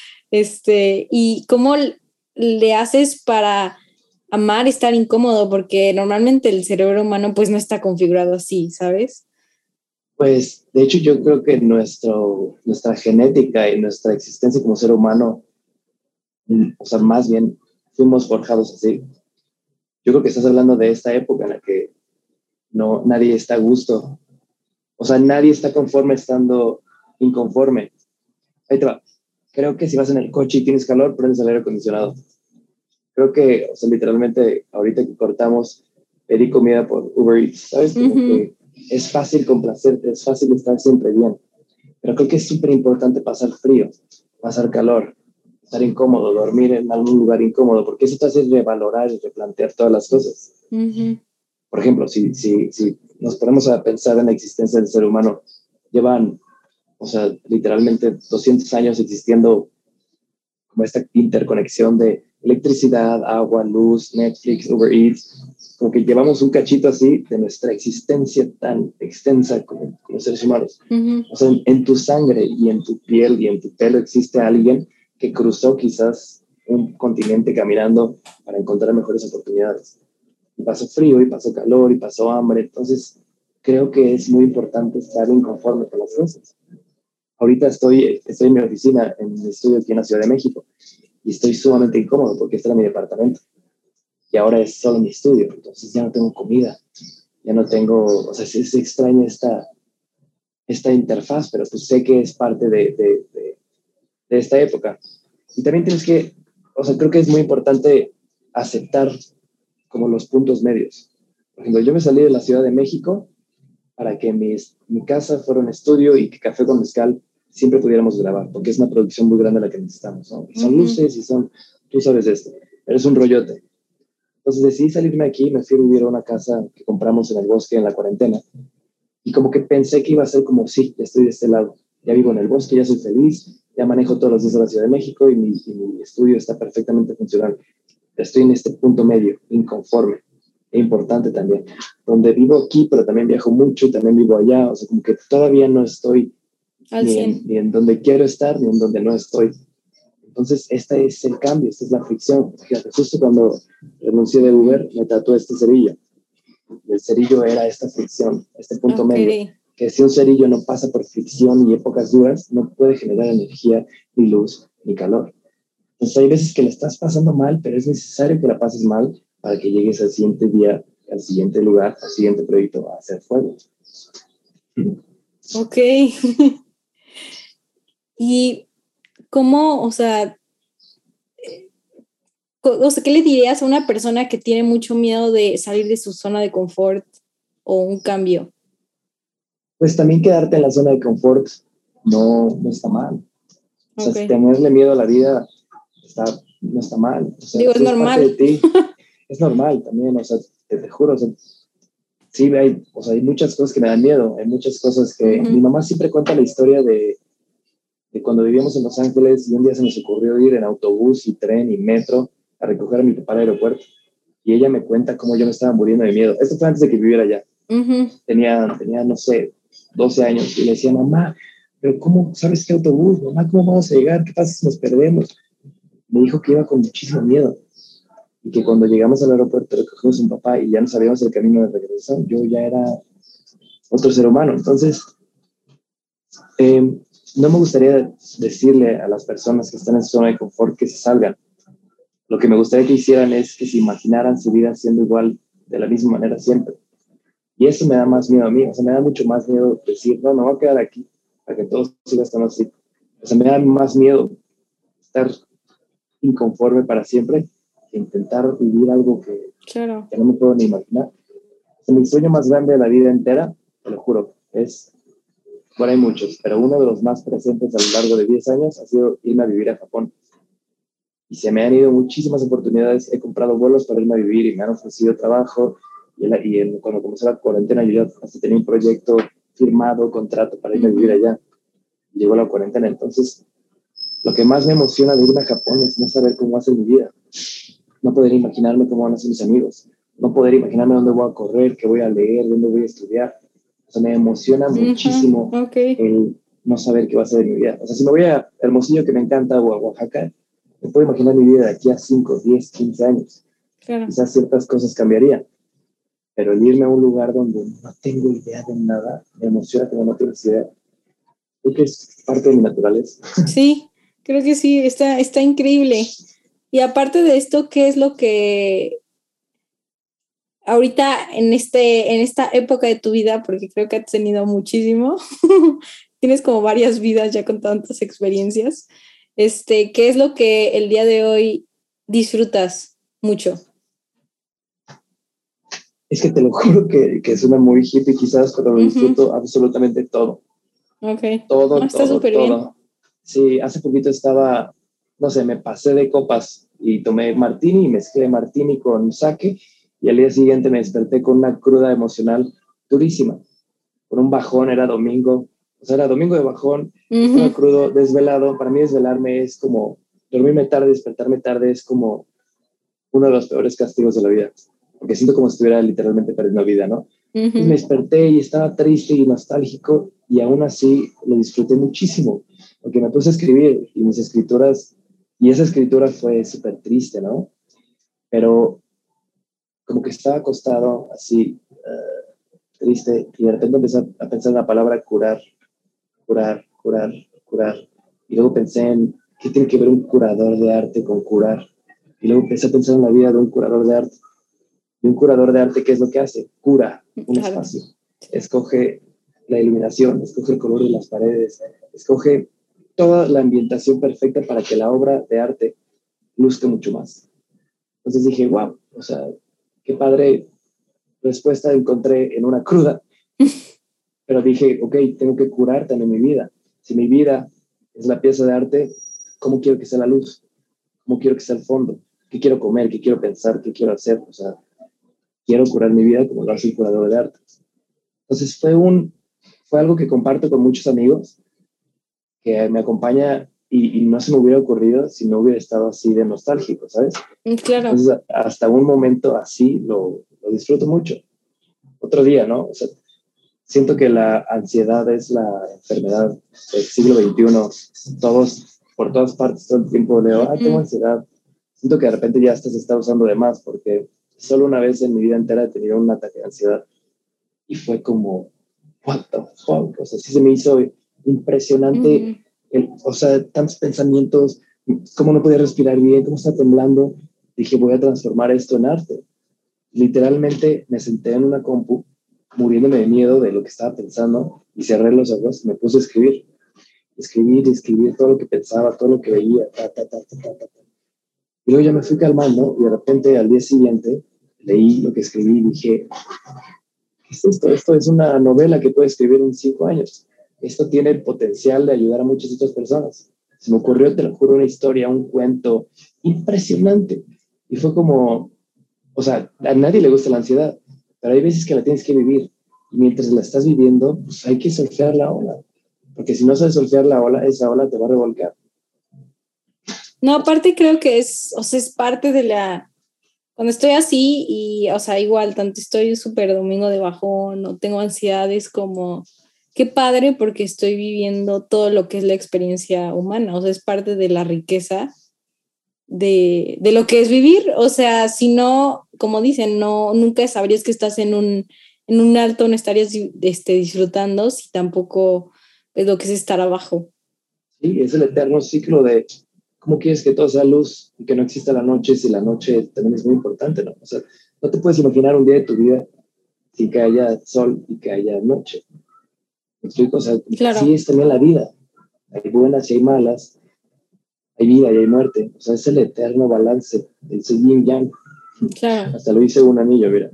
Y cómo le haces para amar estar incómodo, porque normalmente el cerebro humano pues no está configurado así, ¿sabes? Pues, de hecho, yo creo que nuestra genética y nuestra existencia como ser humano, o sea, más bien fuimos forjados así. Yo creo que estás hablando de esta época en la que nadie está a gusto. O sea, nadie está conforme estando inconforme. Ahí te va. Creo que si vas en el coche y tienes calor, prendes el aire acondicionado. Creo que, o sea, literalmente, ahorita que cortamos, pedí comida por Uber Eats, ¿sabes? Como que es fácil complacerte, es fácil estar siempre bien. Pero creo que es súper importante pasar frío, pasar calor, estar incómodo, dormir en algún lugar incómodo, porque eso te hace revalorar y replantear todas las cosas. Por ejemplo, si nos ponemos a pensar en la existencia del ser humano, llevan, o sea, literalmente 200 años existiendo como esta interconexión de electricidad, agua, luz, Netflix, Uber Eats, como que llevamos un cachito así de nuestra existencia tan extensa como seres humanos. O sea, en tu sangre y en tu piel y en tu pelo existe alguien que cruzó quizás un continente caminando para encontrar mejores oportunidades. Y pasó frío, y pasó calor, y pasó hambre. Entonces, creo que es muy importante estar inconforme con las cosas. Ahorita estoy en mi oficina, en mi estudio aquí en la Ciudad de México, y estoy sumamente incómodo porque este era mi departamento. Y ahora es solo mi estudio, entonces ya no tengo comida, ya no tengo, o sea, se extraña esta interfaz, pero pues sé que es parte de esta época. Y también tienes que, o sea, creo que es muy importante aceptar como los puntos medios. Por ejemplo, yo me salí de la Ciudad de México para que mi casa fuera un estudio y que Café con Mezcal siempre pudiéramos grabar, porque es una producción muy grande la que necesitamos, ¿no? Y son luces y son, tú sabes de esto, pero es un rollote. Entonces decidí salirme aquí, me fui a vivir a una casa que compramos en el bosque en la cuarentena. Y como que pensé que iba a ser como, sí, ya estoy de este lado, ya vivo en el bosque, ya soy feliz, ya manejo todos los días de la Ciudad de México y mi estudio está perfectamente funcional. Estoy en este punto medio, inconforme, e importante también, donde vivo aquí, pero también viajo mucho y también vivo allá, o sea, como que todavía no estoy Al 100. ni en donde quiero estar, ni en donde no estoy. Entonces, este es el cambio, esta es la fricción. Fíjate, justo cuando renuncié de Uber, me tatué este cerillo. Y el cerillo era esta fricción, este punto medio. Que si un cerillo no pasa por fricción y épocas duras, no puede generar energía, ni luz, ni calor. Entonces, hay veces que la estás pasando mal, pero es necesario que la pases mal para que llegues al siguiente día, al siguiente lugar, al siguiente proyecto a hacer fuego. Ok. ¿Y cómo, o sea, qué le dirías a una persona que tiene mucho miedo de salir de su zona de confort o un cambio? Pues también quedarte en la zona de confort no está mal. O sea, tenerle miedo a la vida no está mal. O sea, digo, es si es normal. parte de ti, es normal también. O sea, te juro, o sea, sí, hay muchas cosas que me dan miedo. Hay muchas cosas que... Mi mamá siempre cuenta la historia de cuando vivíamos en Los Ángeles y un día se nos ocurrió ir en autobús y tren y metro a recoger a mi papá al aeropuerto. Y ella me cuenta cómo yo me estaba muriendo de miedo. Esto fue antes de que viviera allá. Tenía, no sé, 12 años. Y le decía, mamá, pero ¿cómo sabes qué autobús? Mamá, ¿cómo vamos a llegar? ¿Qué pasa si nos perdemos? Me dijo que iba con muchísimo miedo. Y que cuando llegamos al aeropuerto recogimos a un papá y ya no sabíamos el camino de regreso, yo ya era otro ser humano. Entonces, no me gustaría decirle a las personas que están en su zona de confort que se salgan. Lo que me gustaría que hicieran es que se imaginaran su vida siendo igual de la misma manera siempre. Y eso me da más miedo a mí. O sea, me da mucho más miedo decir, no, me voy a quedar aquí para que todos sigan estando así. O sea, me da más miedo estar inconforme para siempre que intentar vivir algo que no me puedo ni imaginar. O sea, mi sueño más grande de la vida entera, te lo juro, bueno, hay muchos, pero uno de los más presentes a lo largo de 10 años ha sido irme a vivir a Japón. Y se me han ido muchísimas oportunidades. He comprado vuelos para irme a vivir y me han ofrecido trabajo. Cuando comenzó la cuarentena, yo ya hasta tenía un proyecto firmado, contrato para irme a vivir allá. Llegó la cuarentena. Entonces, lo que más me emociona de irme a Japón es no saber cómo va a ser mi vida. No poder imaginarme cómo van a ser mis amigos. No poder imaginarme dónde voy a correr, qué voy a leer, dónde voy a estudiar. O sea, me emociona muchísimo el no saber qué va a ser de mi vida. O sea, si me voy a Hermosillo, que me encanta, o a Oaxaca, me puedo imaginar mi vida de aquí a 5, 10, 15 años. Quizás ciertas cosas cambiarían, pero el irme a un lugar donde no tengo idea de nada, me emociona como no tienes idea. Creo que es parte de mi naturaleza. Sí, creo que sí, está increíble. Y aparte de esto, ¿qué es lo que ahorita en esta época de tu vida, porque creo que has tenido muchísimo, tienes como varias vidas ya con tantas experiencias, ¿qué es lo que el día de hoy disfrutas mucho? Es que te lo juro que suena muy hippie quizás, pero lo disfruto absolutamente todo. Todo, está súper bien. Sí, hace poquito estaba, no sé, me pasé de copas y tomé martini y mezclé martini con sake y al día siguiente me desperté con una cruda emocional durísima, con un bajón, era domingo, o sea, era domingo de bajón, estaba crudo, desvelado. Para mí desvelarme es como dormirme tarde, despertarme tarde, es como uno de los peores castigos de la vida, porque siento como si estuviera literalmente perdiendo vida, ¿no? Entonces me desperté y estaba triste y nostálgico y aún así lo disfruté muchísimo, porque me puse a escribir y mis escrituras, y esa escritura fue súper triste, ¿no? Pero como que estaba acostado así triste, y de repente empecé a pensar en la palabra curar, curar, curar, curar. Y luego pensé en qué tiene que ver un curador de arte con curar. Y luego empecé a pensar en la vida de un curador de arte. Y un curador de arte, ¿qué es lo que hace? Cura un espacio. Escoge la iluminación, escoge el color de las paredes, escoge toda la ambientación perfecta para que la obra de arte luzca mucho más. Entonces dije, wow, o sea, qué padre respuesta encontré en una cruda, pero dije, ok, tengo que curar también mi vida. Si mi vida es la pieza de arte, ¿cómo quiero que sea la luz? ¿Cómo quiero que sea el fondo? ¿Qué quiero comer? ¿Qué quiero pensar? ¿Qué quiero hacer? O sea, quiero curar mi vida como lo hace un curador de arte. Entonces fue algo que comparto con muchos amigos, que me acompaña y no se me hubiera ocurrido si no hubiera estado así de nostálgico, ¿sabes? Claro. Entonces, hasta un momento así lo disfruto mucho. Otro día, ¿no? O sea, siento que la ansiedad es la enfermedad del siglo XXI. Todos, por todas partes, todo el tiempo leo, tengo ansiedad. Siento que de repente ya hasta se está usando de más, porque solo una vez en mi vida entera he tenido un ataque de ansiedad y fue como, what the fuck, o sea, sí se me hizo impresionante, o sea, tantos pensamientos, cómo no podía respirar bien, cómo estaba temblando. Dije, voy a transformar esto en arte. Literalmente me senté en una compu, muriéndome de miedo de lo que estaba pensando, y cerré los ojos y me puse a escribir todo lo que pensaba, todo lo que veía, y luego ya me fui calmando, y de repente al día siguiente leí lo que escribí y dije, ¿qué es esto? Esto es una novela que puedo escribir en 5 años. Esto tiene el potencial de ayudar a muchas otras personas. Se me ocurrió, te lo juro, una historia, un cuento impresionante. Y fue como, o sea, a nadie le gusta la ansiedad, pero hay veces que la tienes que vivir. Y mientras la estás viviendo, pues hay que surfear la ola. Porque si no sabes surfear la ola, esa ola te va a revolcar. No, aparte creo que o sea, es parte de cuando estoy así y, o sea, igual, tanto estoy súper domingo de bajón, no tengo ansiedades como, qué padre porque estoy viviendo todo lo que es la experiencia humana, o sea, es parte de la riqueza de lo que es vivir, o sea, si no, como dicen, no, nunca sabrías que estás en un alto, no estarías disfrutando si tampoco es lo que es estar abajo. Sí, es el eterno ciclo de cómo quieres que todo sea luz y que no exista la noche, si la noche también es muy importante, ¿no? O sea, no te puedes imaginar un día de tu vida sin que haya sol y que haya noche. ¿Me explico? O sea, Claro. sí es también la vida. Hay buenas y hay malas, hay vida y hay muerte. O sea, es el eterno balance, el yin yang. Claro. Hasta lo hice un anillo, mira.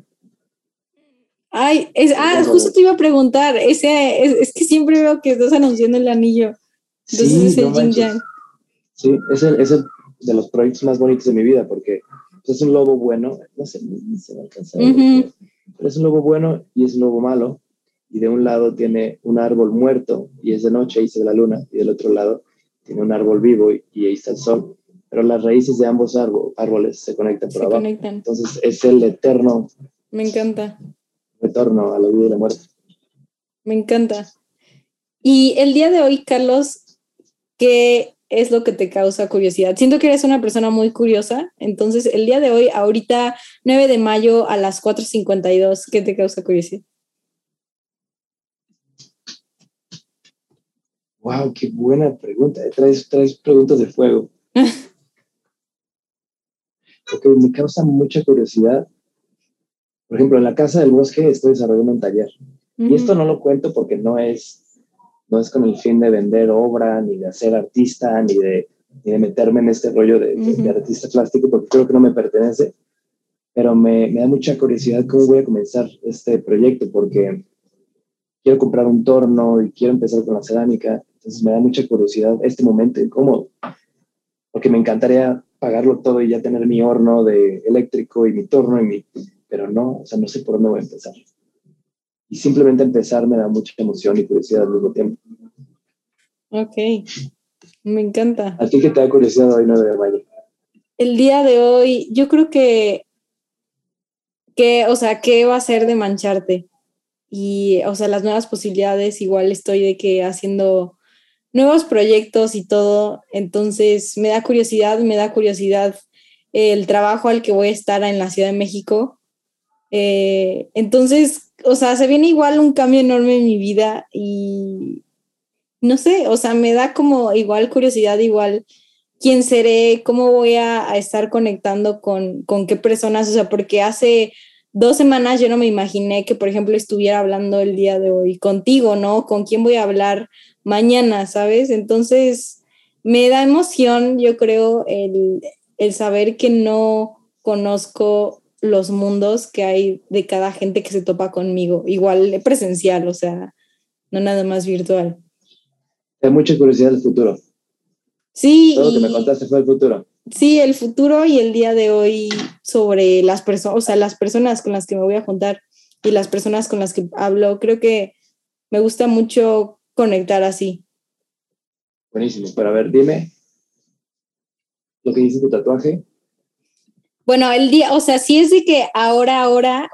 Ay, justo te iba a preguntar, es que siempre veo que estás anunciando el anillo. Entonces Sí, es el no yin manches. yang. Sí, es el de los proyectos más bonitos de mi vida, porque pues, es un lobo bueno, no sé, ni se va a alcanzar, pero es un lobo bueno y es un lobo malo, y de un lado tiene un árbol muerto y es de noche y se ve la luna, y del otro lado tiene un árbol vivo y ahí está el sol, pero las raíces de ambos árboles se conectan por abajo. Entonces es el eterno Me encanta. retorno a la vida y la muerte. Me encanta. Y el día de hoy, Carlos, ¿qué es lo que te causa curiosidad? Siento que eres una persona muy curiosa, entonces el día de hoy, ahorita 9 de mayo a las 4:52, ¿qué te causa curiosidad? Wow, qué buena pregunta. Traes preguntas de fuego. Ok, me causa mucha curiosidad. Por ejemplo, en la Casa del Bosque estoy desarrollando un taller. Y esto no lo cuento porque no es con el fin de vender obra, ni de ser artista, ni de meterme en este rollo de artista plástico, porque creo que no me pertenece. Pero me da mucha curiosidad cómo voy a comenzar este proyecto, porque quiero comprar un torno y quiero empezar con la cerámica. Entonces me da mucha curiosidad este momento incómodo, porque me encantaría pagarlo todo y ya tener mi horno de eléctrico y mi torno pero no, o sea, no sé por dónde voy a empezar. Y simplemente empezar me da mucha emoción y curiosidad al mismo tiempo. Ok, me encanta. ¿A ti qué te da curiosidad hoy, 9 de mayo? El día de hoy, yo creo o sea, ¿qué va a ser de mancharte? Y, o sea, las nuevas posibilidades, igual estoy de que haciendo nuevos proyectos y todo, entonces me da curiosidad el trabajo al que voy a estar en la Ciudad de México, Entonces, o sea, se viene igual un cambio enorme en mi vida y no sé, o sea, me da como igual curiosidad, igual quién seré, cómo voy a estar conectando con qué personas, o sea, porque hace 2 semanas yo no me imaginé que, por ejemplo, estuviera hablando el día de hoy contigo, ¿no? ¿Con quién voy a hablar mañana, sabes? Entonces, me da emoción, yo creo, el saber que no conozco los mundos que hay de cada gente que se topa conmigo, igual presencial, o sea, no nada más virtual. Tengo mucha curiosidad del futuro. Sí, Todo lo que me contaste fue el futuro. sí, el futuro y el día de hoy sobre las personas, o sea, las personas con las que me voy a juntar y las personas con las que hablo, creo que me gusta mucho conectar así. Buenísimo. Pero a ver, dime lo que dice tu tatuaje. Bueno, el día, o sea, sí es de que ahora,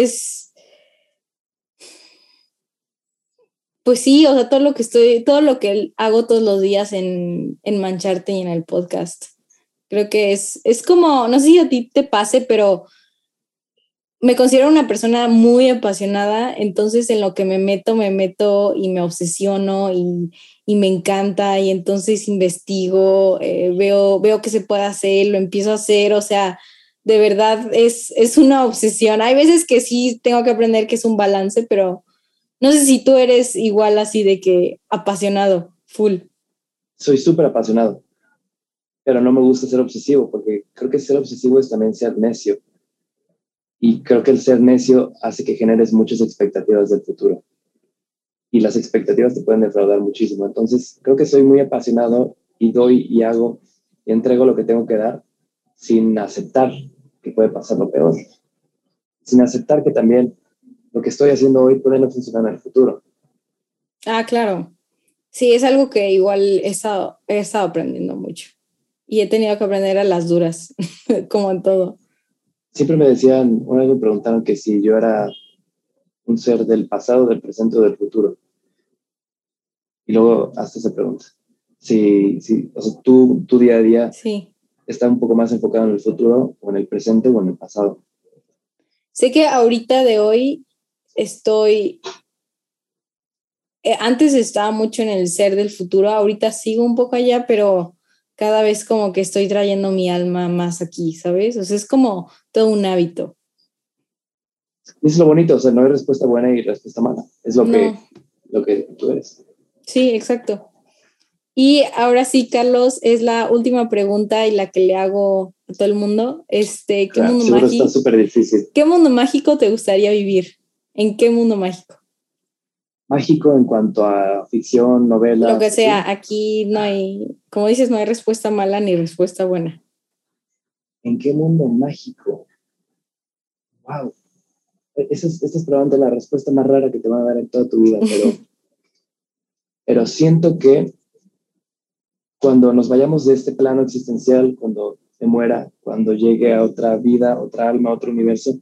pues sí, o sea, todo lo que hago todos los días en Mancharte y en el podcast. Creo que es como, no sé si a ti te pase, pero me considero una persona muy apasionada, entonces en lo que me meto y me obsesiono y me encanta y entonces investigo, veo qué se puede hacer, lo empiezo a hacer, o sea, de verdad es una obsesión. Hay veces que sí tengo que aprender que es un balance, pero no sé si tú eres igual así de que apasionado, full. Soy súper apasionado, pero no me gusta ser obsesivo, porque creo que ser obsesivo es también ser necio. Y creo que el ser necio hace que generes muchas expectativas del futuro. Y las expectativas te pueden defraudar muchísimo. Entonces, creo que soy muy apasionado y doy y hago y entrego lo que tengo que dar sin aceptar que puede pasar lo peor. Sin aceptar que también lo que estoy haciendo hoy puede no funcionar en el futuro. Ah, claro. Sí, es algo que igual he estado aprendiendo mucho. Y he tenido que aprender a las duras, como en todo. Siempre me decían, una vez me preguntaron que si yo era un ser del pasado, del presente o del futuro. Y luego hasta se pregunta. Si, o sea, tu día a día Sí. está un poco más enfocado en el futuro o en el presente o en el pasado. Sé que ahorita de hoy estoy, antes estaba mucho en el ser del futuro, ahorita sigo un poco allá, pero cada vez como que estoy trayendo mi alma más aquí, ¿sabes? O sea, es como todo un hábito. Y es lo bonito, o sea, no hay respuesta buena y respuesta mala. Es No, lo que tú eres. sí, exacto. Y ahora sí, Carlos, es la última pregunta y la que le hago a todo el mundo. Claro, seguro está súper difícil. ¿Qué mundo mágico te gustaría vivir? ¿En qué mundo mágico? Mágico en cuanto a ficción, novelas. Lo que sea, ¿sí? aquí no hay, como dices, no hay respuesta mala ni respuesta buena. ¿En qué mundo mágico? Wow. Esta es probablemente la respuesta más rara que te van a dar en toda tu vida, pero siento que cuando nos vayamos de este plano existencial, cuando se muera, cuando llegue a otra vida, otra alma, otro universo,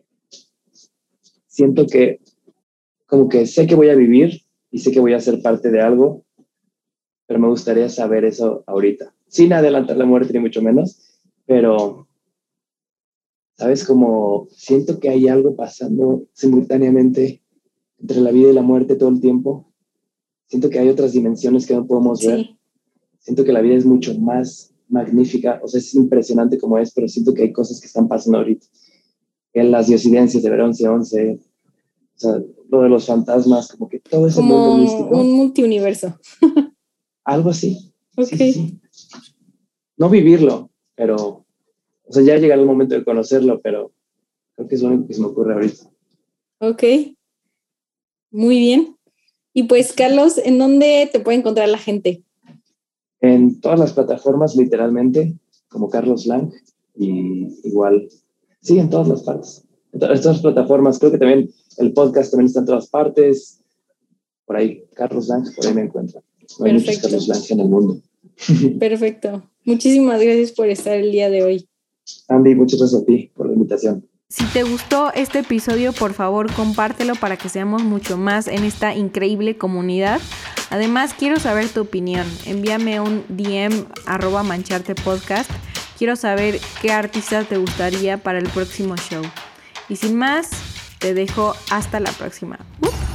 siento que como que sé que voy a vivir y sé que voy a ser parte de algo, pero me gustaría saber eso ahorita, sin adelantar la muerte ni mucho menos, pero, ¿sabes? Como siento que hay algo pasando simultáneamente entre la vida y la muerte todo el tiempo. Siento que hay otras dimensiones que no podemos ver. Sí. Siento que la vida es mucho más magnífica, o sea, es impresionante como es, pero siento que hay cosas que están pasando ahorita. En las diosidencias de ver 11-11, o sea, lo de los fantasmas, como que todo ese mundo Como místico, un multiuniverso. algo así. Ok, Sí, sí, sí. No vivirlo, pero, o sea, ya llegará el momento de conocerlo, pero creo que es lo único que se me ocurre ahorita. ok, muy bien. Y pues, Carlos, ¿en dónde te puede encontrar la gente? En todas las plataformas, literalmente, como Carlos Lang, y igual, sí, en todas las partes. En todas las plataformas, creo que también el podcast también está en todas partes. Por ahí, Carlos Lang, por ahí me encuentran. No hay muchos Carlos Lang en el mundo. Perfecto. Muchísimas gracias por estar el día de hoy. Andy, muchas gracias a ti por la invitación. Si te gustó este episodio, por favor, compártelo para que seamos mucho más en esta increíble comunidad. Además, quiero saber tu opinión. Envíame un DM @manchartepodcast. Quiero saber qué artista te gustaría para el próximo show. Y sin más, te dejo hasta la próxima.